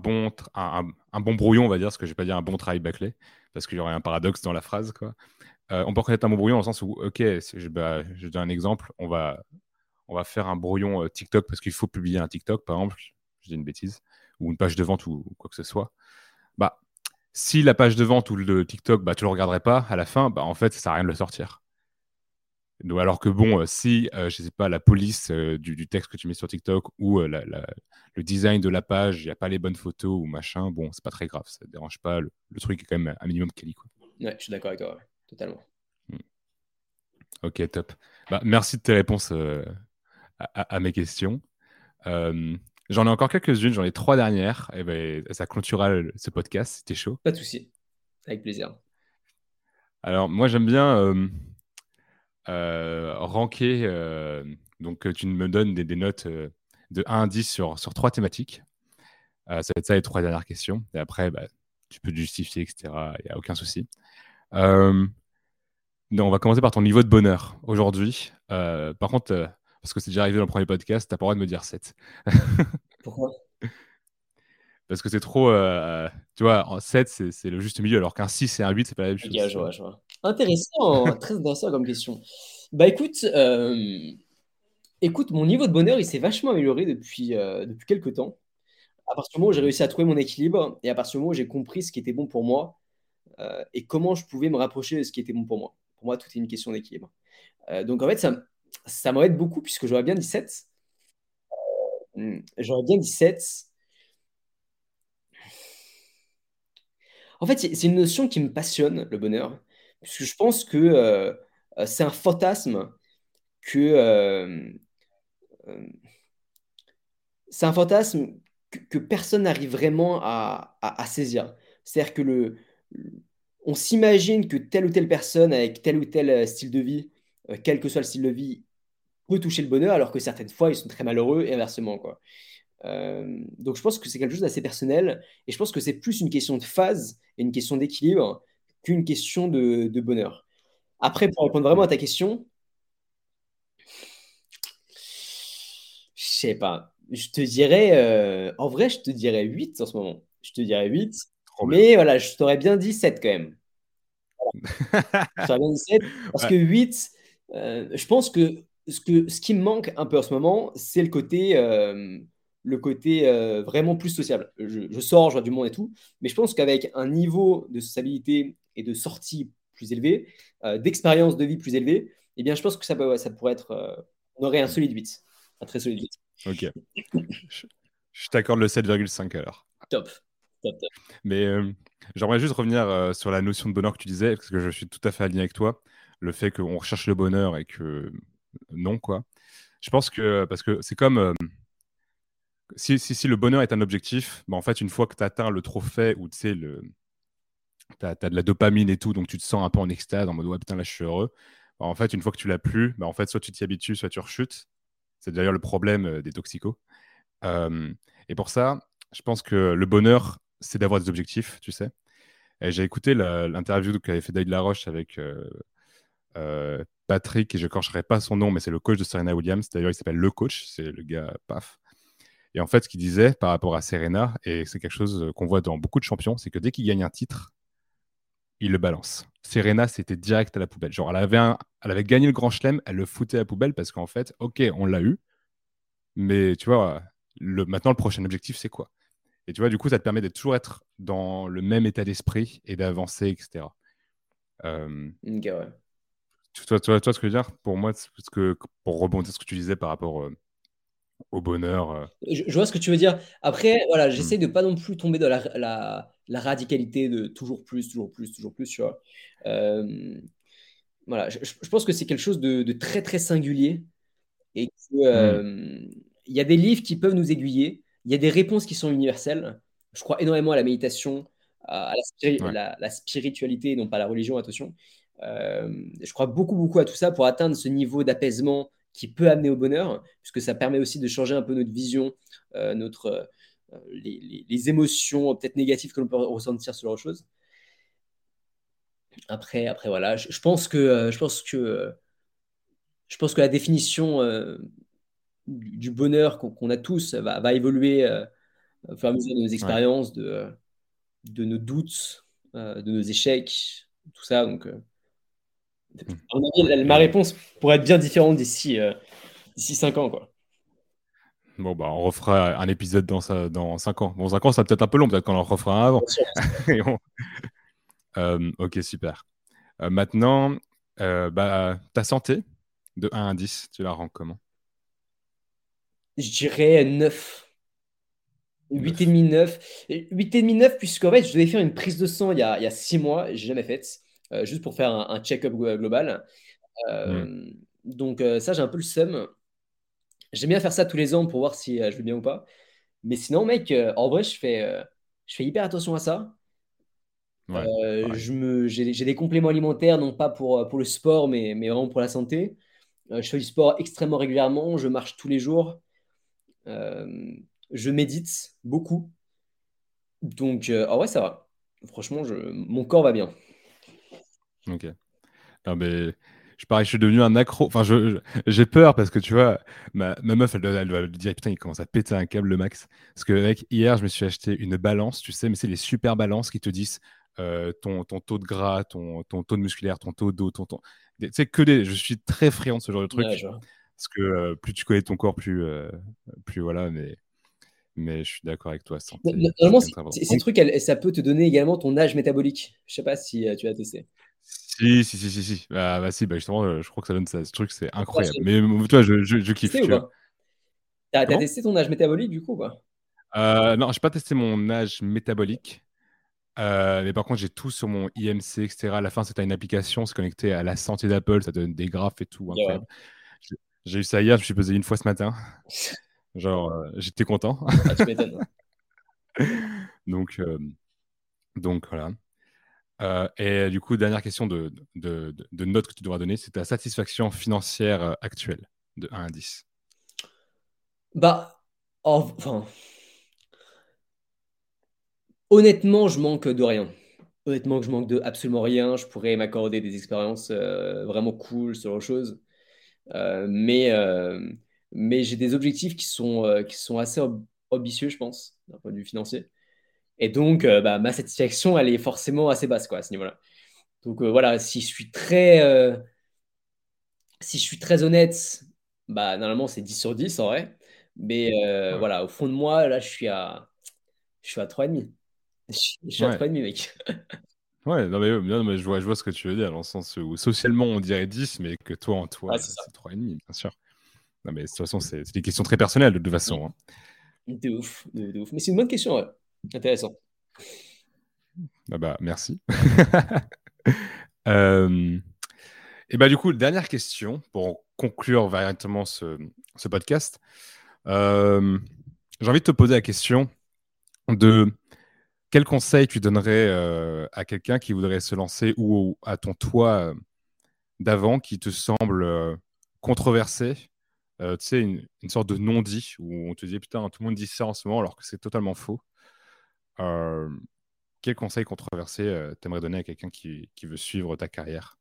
un bon brouillon, on va dire, parce que je vais pas dire un bon travail bâclé, parce qu'il y aurait un paradoxe dans la phrase, quoi. On peut reconnaître un bon brouillon dans le sens où, ok, je donne un exemple, on va faire un brouillon TikTok parce qu'il faut publier un TikTok, par exemple, je dis une bêtise, ou une page de vente ou quoi que ce soit. Bah, si la page de vente ou le TikTok, bah, tu le regarderais pas à la fin, bah, en fait, ça sert à rien de le sortir. Donc, alors que bon, si, je sais pas, la police du texte que tu mets sur TikTok ou le design de la page, il n'y a pas les bonnes photos ou machin, bon, c'est pas très grave, ça ne dérange pas. Le truc est quand même un minimum quali, quoi. Ouais, je suis d'accord avec toi, ouais, totalement. Mm. Ok, top. Bah, merci de tes réponses à mes questions. Euh, J'en ai encore quelques-unes, j'en ai trois dernières. Et ben, ça clôturera ce podcast, c'était chaud. Pas de souci, avec plaisir. Alors, moi, j'aime bien ranker. Donc, tu me donnes des notes de 1 à 10 sur trois thématiques. Ça va être ça les trois dernières questions. Et après, bah, tu peux te justifier, etc. Il n'y a aucun souci. Euh, non, on va commencer par ton niveau de bonheur aujourd'hui. Par contre, parce que c'est déjà arrivé dans le premier podcast, tu n'as pas le droit de me dire 7. Pourquoi? Parce que c'est trop. Tu vois, en 7, c'est le juste milieu, alors qu'un 6 et un 8, c'est pas la même Ok, chose. je Tu vois. vois, je vois. Intéressant, très intéressant comme question. Bah écoute, mon niveau de bonheur, il s'est vachement amélioré depuis quelques temps. À partir du moment où j'ai Mhm. réussi à trouver mon équilibre et à partir du moment où j'ai compris ce qui était bon pour moi et comment je pouvais me rapprocher de ce qui était bon pour moi. Pour moi, tout est une question d'équilibre. Donc en fait, ça m'aide beaucoup puisque j'aurais bien 17. J'aurais bien 17. En fait, c'est une notion qui me passionne, le bonheur, puisque je pense que c'est un fantasme que euh, c'est un fantasme que personne n'arrive vraiment à saisir. C'est-à-dire que on s'imagine que telle ou telle personne avec tel ou tel style de vie, quel que soit le style de vie, peut toucher le bonheur, alors que certaines fois, ils sont très malheureux et inversement, quoi. Donc je pense que c'est quelque chose d'assez personnel et je pense que c'est plus une question de phase et une question d'équilibre qu'une question de bonheur. Après, pour répondre vraiment à Mhm. ta question, je sais pas. En vrai, je te dirais 8 en ce moment. Je te dirais 8, Trop bien. mais voilà, je t'aurais bien dit 7 quand même. Je t'aurais bien dit 7 parce Ouais. que 8, je pense que ce qui me manque un peu en ce moment, c'est le côté vraiment plus sociable. Je sors, je vois du monde et tout, mais je pense qu'avec un niveau de sociabilité et de sortie plus élevé, d'expérience de vie plus élevé, eh bien, je pense que ça pourrait être. On aurait un Mhm. solide 8. Un très solide 8. Ok. Je, je t'accorde le 7,5 alors. Top. Top, top. Mais j'aimerais juste revenir sur la notion de bonheur que tu disais, parce que je suis tout à fait aligné avec toi. Le fait qu'on recherche le bonheur et que non, quoi. Je pense que, parce que c'est comme si le bonheur est un objectif, bah, en fait, une fois que tu atteins le trophée ou tu sais, t'as de la dopamine et tout, donc tu te sens un peu en extase, en mode ouais, putain, là, je suis heureux. Bah, en fait, une fois que tu l'as plus, bah, en fait, soit tu t'y habitues, soit tu rechutes. C'est d'ailleurs le problème des toxicos. Euh, et pour ça, je pense que le bonheur, c'est d'avoir des objectifs, tu sais. Et j'ai écouté l'interview qu'avait fait David Laroche avec Patrick, et je ne corcherai pas son nom, mais c'est le coach de Serena Williams. D'ailleurs, il s'appelle Le Coach, c'est le gars paf. Et en fait, ce qu'il disait par rapport à Serena, et c'est quelque chose qu'on voit dans beaucoup de champions, c'est que dès qu'il gagne un titre, il le balance. Serena, c'était direct à la poubelle. Genre, elle avait gagné le Grand Chelem, elle le foutait à la poubelle parce qu'en fait, ok, on l'a eu, mais tu vois, maintenant, le prochain objectif, c'est quoi? Et tu vois, du coup, ça te permet de toujours être dans le même état d'esprit et d'avancer, etc. Euh, Ok, ouais. toi, ce que je veux dire, pour moi, pour rebondir sur ce que tu disais par rapport au bonheur. Je vois ce que tu veux dire. Après, voilà, Hmm, j'essaie de pas non plus tomber dans la radicalité de toujours plus, toujours plus, toujours plus, tu vois. Euh, voilà, je pense que c'est quelque chose de très, très singulier et que, hmm, il y a des livres qui peuvent nous aiguiller, il y a des réponses qui sont universelles. Je crois énormément à la méditation, à ouais, la spiritualité, non pas la religion, attention. Je crois beaucoup, beaucoup à tout ça pour atteindre ce niveau d'apaisement qui peut amener au bonheur, puisque ça permet aussi de changer un peu notre vision, les émotions peut-être négatives que l'on peut ressentir sur autre chose. Après voilà, je pense que la définition du bonheur qu'on a tous va évoluer au fur et à mesure de nos ouais. expériences, de nos doutes, de nos échecs, tout ça. Donc, Hmm, à mon ouais. avis, ma réponse pourrait être bien différente d'ici 5 ans, quoi. Bon, bah, on refera un épisode dans 5 ans. Bon, 5 ans, ça peut-être un peu long, peut-être qu'on en refera un avant. Bien sûr. Et ok, super. Maintenant, bah, ta santé, de 1 à 10, tu la rends comment? Je dirais 9. 9. 8,5, 9. 8,5, 9, puisqu'en fait, je devais faire une prise de sang il y a 6 mois, j'ai jamais faite, juste pour faire un check-up global. Hmm, Donc, ça, j'ai un peu le seum. J'aime bien faire ça tous les ans pour voir si je vais bien ou pas. Mais sinon, mec, en vrai, je fais hyper attention à ça. ouais, pareil. J'ai des compléments alimentaires, non pas pour le sport, mais vraiment pour la santé. Je fais du sport extrêmement régulièrement, je marche tous les jours, euh, je médite beaucoup. Donc, en vrai, ça va. Franchement, mon corps va bien. Ok. Non, mais pareil, je suis devenu un accro. Enfin, j'ai peur parce que tu vois, ma meuf, elle doit dire putain, il commence à péter un câble, le max. Parce que, mec, hier, je me suis acheté une balance, tu sais, mais c'est les super balances qui te disent ton taux de gras, ton taux de musculaire, ton taux d'eau, tu sais, je suis très friand de ce genre de Ouais, truc. je vois. Parce que plus tu connais ton corps, plus voilà, mais je suis d'accord avec toi, santé, c'est Normalement, quand même très important. ces trucs, ça peut te donner également ton âge métabolique. Je sais pas si tu as testé. Si. Bah, si, bah justement, je crois que ça donne ça. Ce truc, c'est Ouais, incroyable. Mais toi, je j'ai kiffe, testé ou tu vois. pas? T'as Comment? testé ton âge métabolique du coup ou pas? Non, j'ai pas testé mon âge métabolique. Mais par contre, j'ai tout sur mon IMC, etc. À la fin, c'était une application, c'est connecté à la santé d'Apple, ça donne des graphes et tout, Ok, ouais. incroyable. J'ai j'ai eu ça hier, je me suis pesé une fois ce matin. Genre, j'étais content. Ah, tu m'étonnes. Donc, euh, donc voilà. Et du coup, dernière question de note que tu devras donner, c'est ta satisfaction financière actuelle, de 1 à 10. Bah, enfin, honnêtement, je manque de rien. Honnêtement, que je manque de absolument rien. Je pourrais m'accorder des expériences vraiment cool sur autre chose. Euh, mais euh, mais j'ai des objectifs qui sont assez ambitieux, je pense, d'un point de vue financier. Et donc, bah, ma satisfaction, elle est forcément assez basse, quoi, à ce niveau-là. Donc, voilà, si je suis très honnête, bah, normalement, c'est 10 sur 10 en vrai. Mais Ouais. voilà, au fond de moi, là, je suis à 3,5. Je suis à Ouais. 3,5, mec. Ouais, non, mais je vois ce que tu veux dire, dans le sens où socialement on dirait 10, mais que toi en Ouais, toi, c'est ça. c'est 3,5, bien sûr. Non, mais de toute façon, c'est des questions très personnelles, de toute façon, hein. De ouf, de ouf. Mais c'est une bonne question, ouais. Intéressant. Ah bah, merci. Euh, et bah, du coup, dernière question pour conclure véritablement ce podcast. Euh, j'ai envie de te poser la question de quel conseil tu donnerais à quelqu'un qui voudrait se lancer ou à ton toi d'avant qui te semble controversé, tu sais, une sorte de non-dit où on te dit putain, tout le monde dit ça en ce moment alors que c'est totalement faux. Euh, Quel conseil controversé t'aimerais donner à quelqu'un qui veut suivre ta carrière?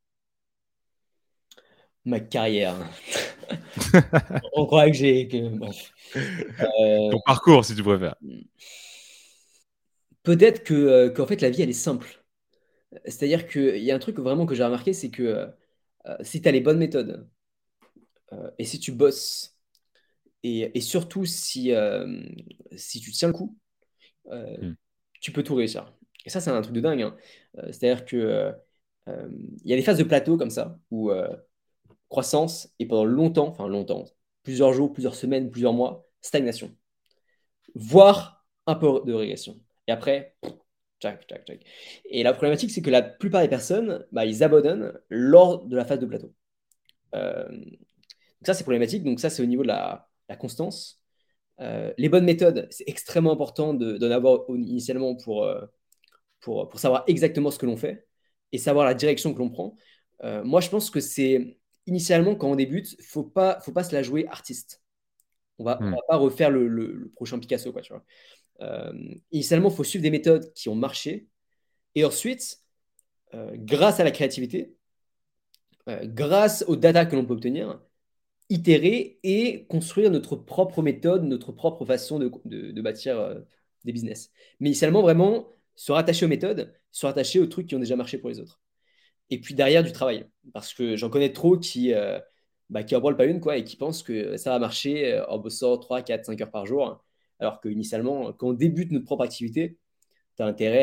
Ma carrière. On croit que j'ai. Bref. Ton parcours, si tu préfères. Peut-être qu'en fait, la vie, elle est simple. C'est-à-dire qu'il y a un truc vraiment que j'ai remarqué, c'est que si tu as les bonnes méthodes et si tu bosses, et surtout si tu tiens le coup, euh, Hmm. tu peux tout réussir. Et ça, c'est un truc de dingue, hein. C'est-à-dire que il y a des phases de plateau comme ça, où croissance, et pendant longtemps, enfin longtemps, plusieurs jours, plusieurs semaines, plusieurs mois, stagnation, voire un peu de régression. Et après, tchac, tchac, tchac. Et la problématique, c'est que la plupart des personnes, bah, ils abandonnent lors de la phase de plateau. Donc ça, c'est problématique. Donc ça, c'est au niveau de la constance. Les bonnes méthodes, c'est extrêmement important d'en avoir initialement pour savoir exactement ce que l'on fait et savoir la direction que l'on prend. Moi, je pense que c'est initialement, quand on débute, faut pas se la jouer artiste. On Hmm. va pas refaire le prochain Picasso, quoi, tu vois. Initialement, il faut suivre des méthodes qui ont marché. Et ensuite, grâce à la créativité, grâce aux data que l'on peut obtenir, itérer et construire notre propre méthode, notre propre façon de bâtir des business. Mais initialement, vraiment, se rattacher aux méthodes, se rattacher aux trucs qui ont déjà marché pour les autres. Et puis derrière, du travail. Parce que j'en connais trop qui en branlent pas une, quoi, et qui pensent que ça va marcher en bossant 3, 4, 5 heures par jour. Alors que initialement, quand on débute notre propre activité, tu as intérêt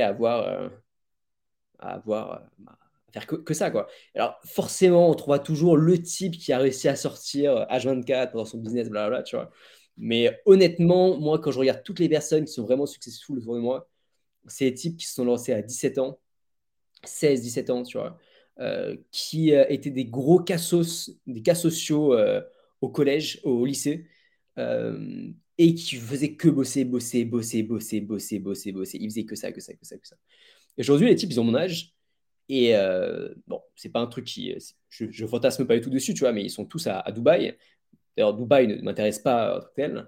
à faire que ça, quoi. Alors, forcément, on trouvera toujours le type qui a réussi à sortir H24 dans son business, blablabla, tu vois. Mais honnêtement, moi, quand je regarde toutes les personnes qui sont vraiment successful autour de moi, c'est les types qui se sont lancés à 17 ans, 16, 17 ans, tu vois, qui étaient des cas sociaux au collège, au lycée, et qui faisaient que bosser, bosser, bosser, bosser, bosser, bosser, bosser. Ils faisaient que ça, que ça, que ça, que ça. Et aujourd'hui, les types, ils ont mon âge. Et bon, c'est pas un truc je fantasme pas du tout dessus, tu vois, mais ils sont tous à Dubaï. D'ailleurs, Dubaï ne m'intéresse pas en tant que tel.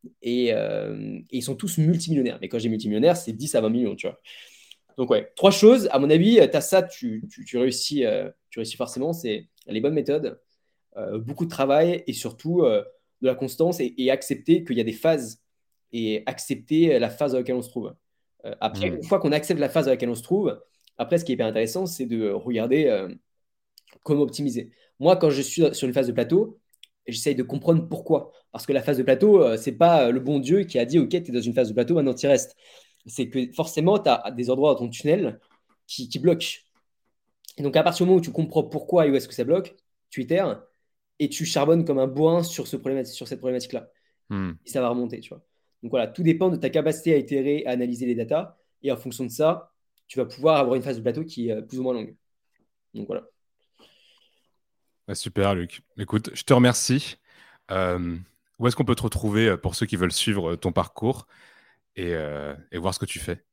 Et ils sont tous multimillionnaires. Mais quand j'ai multimillionnaire, c'est 10 à 20 millions, tu vois. Donc, ouais, trois choses. À mon avis, tu as ça, tu réussis forcément. C'est les bonnes méthodes, beaucoup de travail et surtout de la constance et accepter qu'il y a des phases et accepter la phase dans laquelle on se trouve. Après, Hmm. une fois qu'on accepte la phase dans laquelle on se trouve, après, ce qui est hyper intéressant, c'est de regarder comment optimiser. Moi, quand je suis sur une phase de plateau, j'essaye de comprendre pourquoi. Parce que la phase de plateau, c'est pas le bon Dieu qui a dit, OK, tu es dans une phase de plateau, maintenant tu y restes. C'est que forcément, tu as des endroits dans ton tunnel qui bloquent. Et donc, à partir du moment où tu comprends pourquoi et où est-ce que ça bloque, tu itères et tu charbonnes comme un bourrin sur cette problématique-là. Hmm. Et ça va remonter, tu vois. Donc voilà, tout dépend de ta capacité à itérer, à analyser les datas. Et en fonction de ça, tu vas pouvoir avoir une phase de plateau qui est plus ou moins longue. Donc voilà. Ouais, super, Luc. Écoute, je te remercie. Euh, Où est-ce qu'on peut te retrouver pour ceux qui veulent suivre ton parcours et voir ce que tu fais?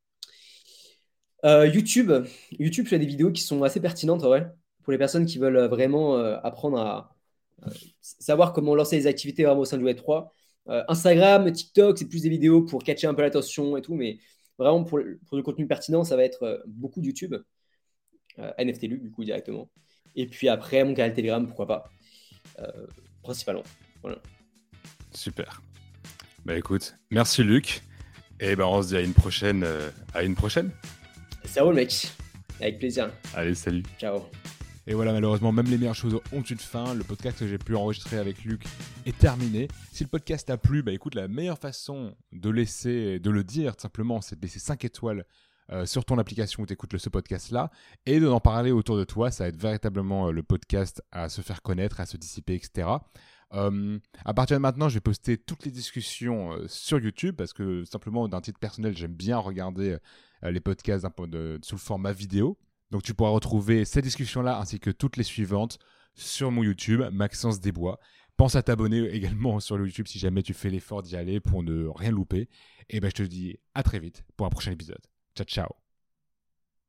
YouTube, YouTube, je fais des vidéos qui sont assez pertinentes, ouais, pour les personnes qui veulent vraiment apprendre à savoir comment lancer les activités vraiment au sein du Web3. Instagram, TikTok, c'est plus des vidéos pour catcher un peu l'attention et tout, mais vraiment pour du contenu pertinent, ça va être beaucoup de YouTube, NFTLU du coup directement. Et puis après, mon canal Telegram, pourquoi pas, euh, principalement. Voilà. Super. Bah écoute, merci Luc. Et ben on se dit à une prochaine. À une prochaine. Ça roule, mec. Avec plaisir. Allez, salut. Ciao. Et voilà, malheureusement, même les meilleures choses ont une fin. Le podcast que j'ai pu enregistrer avec Luc est terminé. Si le podcast t'a plu, bah écoute, la meilleure façon de le dire, tout simplement, c'est de laisser 5 étoiles sur ton application où tu écoutes ce podcast-là et d'en parler autour de toi. Ça aide véritablement le podcast à se faire connaître, à se dissiper, etc. À partir de maintenant, je vais poster toutes les discussions sur YouTube parce que simplement d'un titre personnel, j'aime bien regarder les podcasts sous le format vidéo. Donc tu pourras retrouver cette discussion-là ainsi que toutes les suivantes sur mon YouTube, Maxence Desbois. Pense à t'abonner également sur le YouTube si jamais tu fais l'effort d'y aller pour ne rien louper. Et ben je te dis à très vite pour un prochain épisode. Ciao, ciao.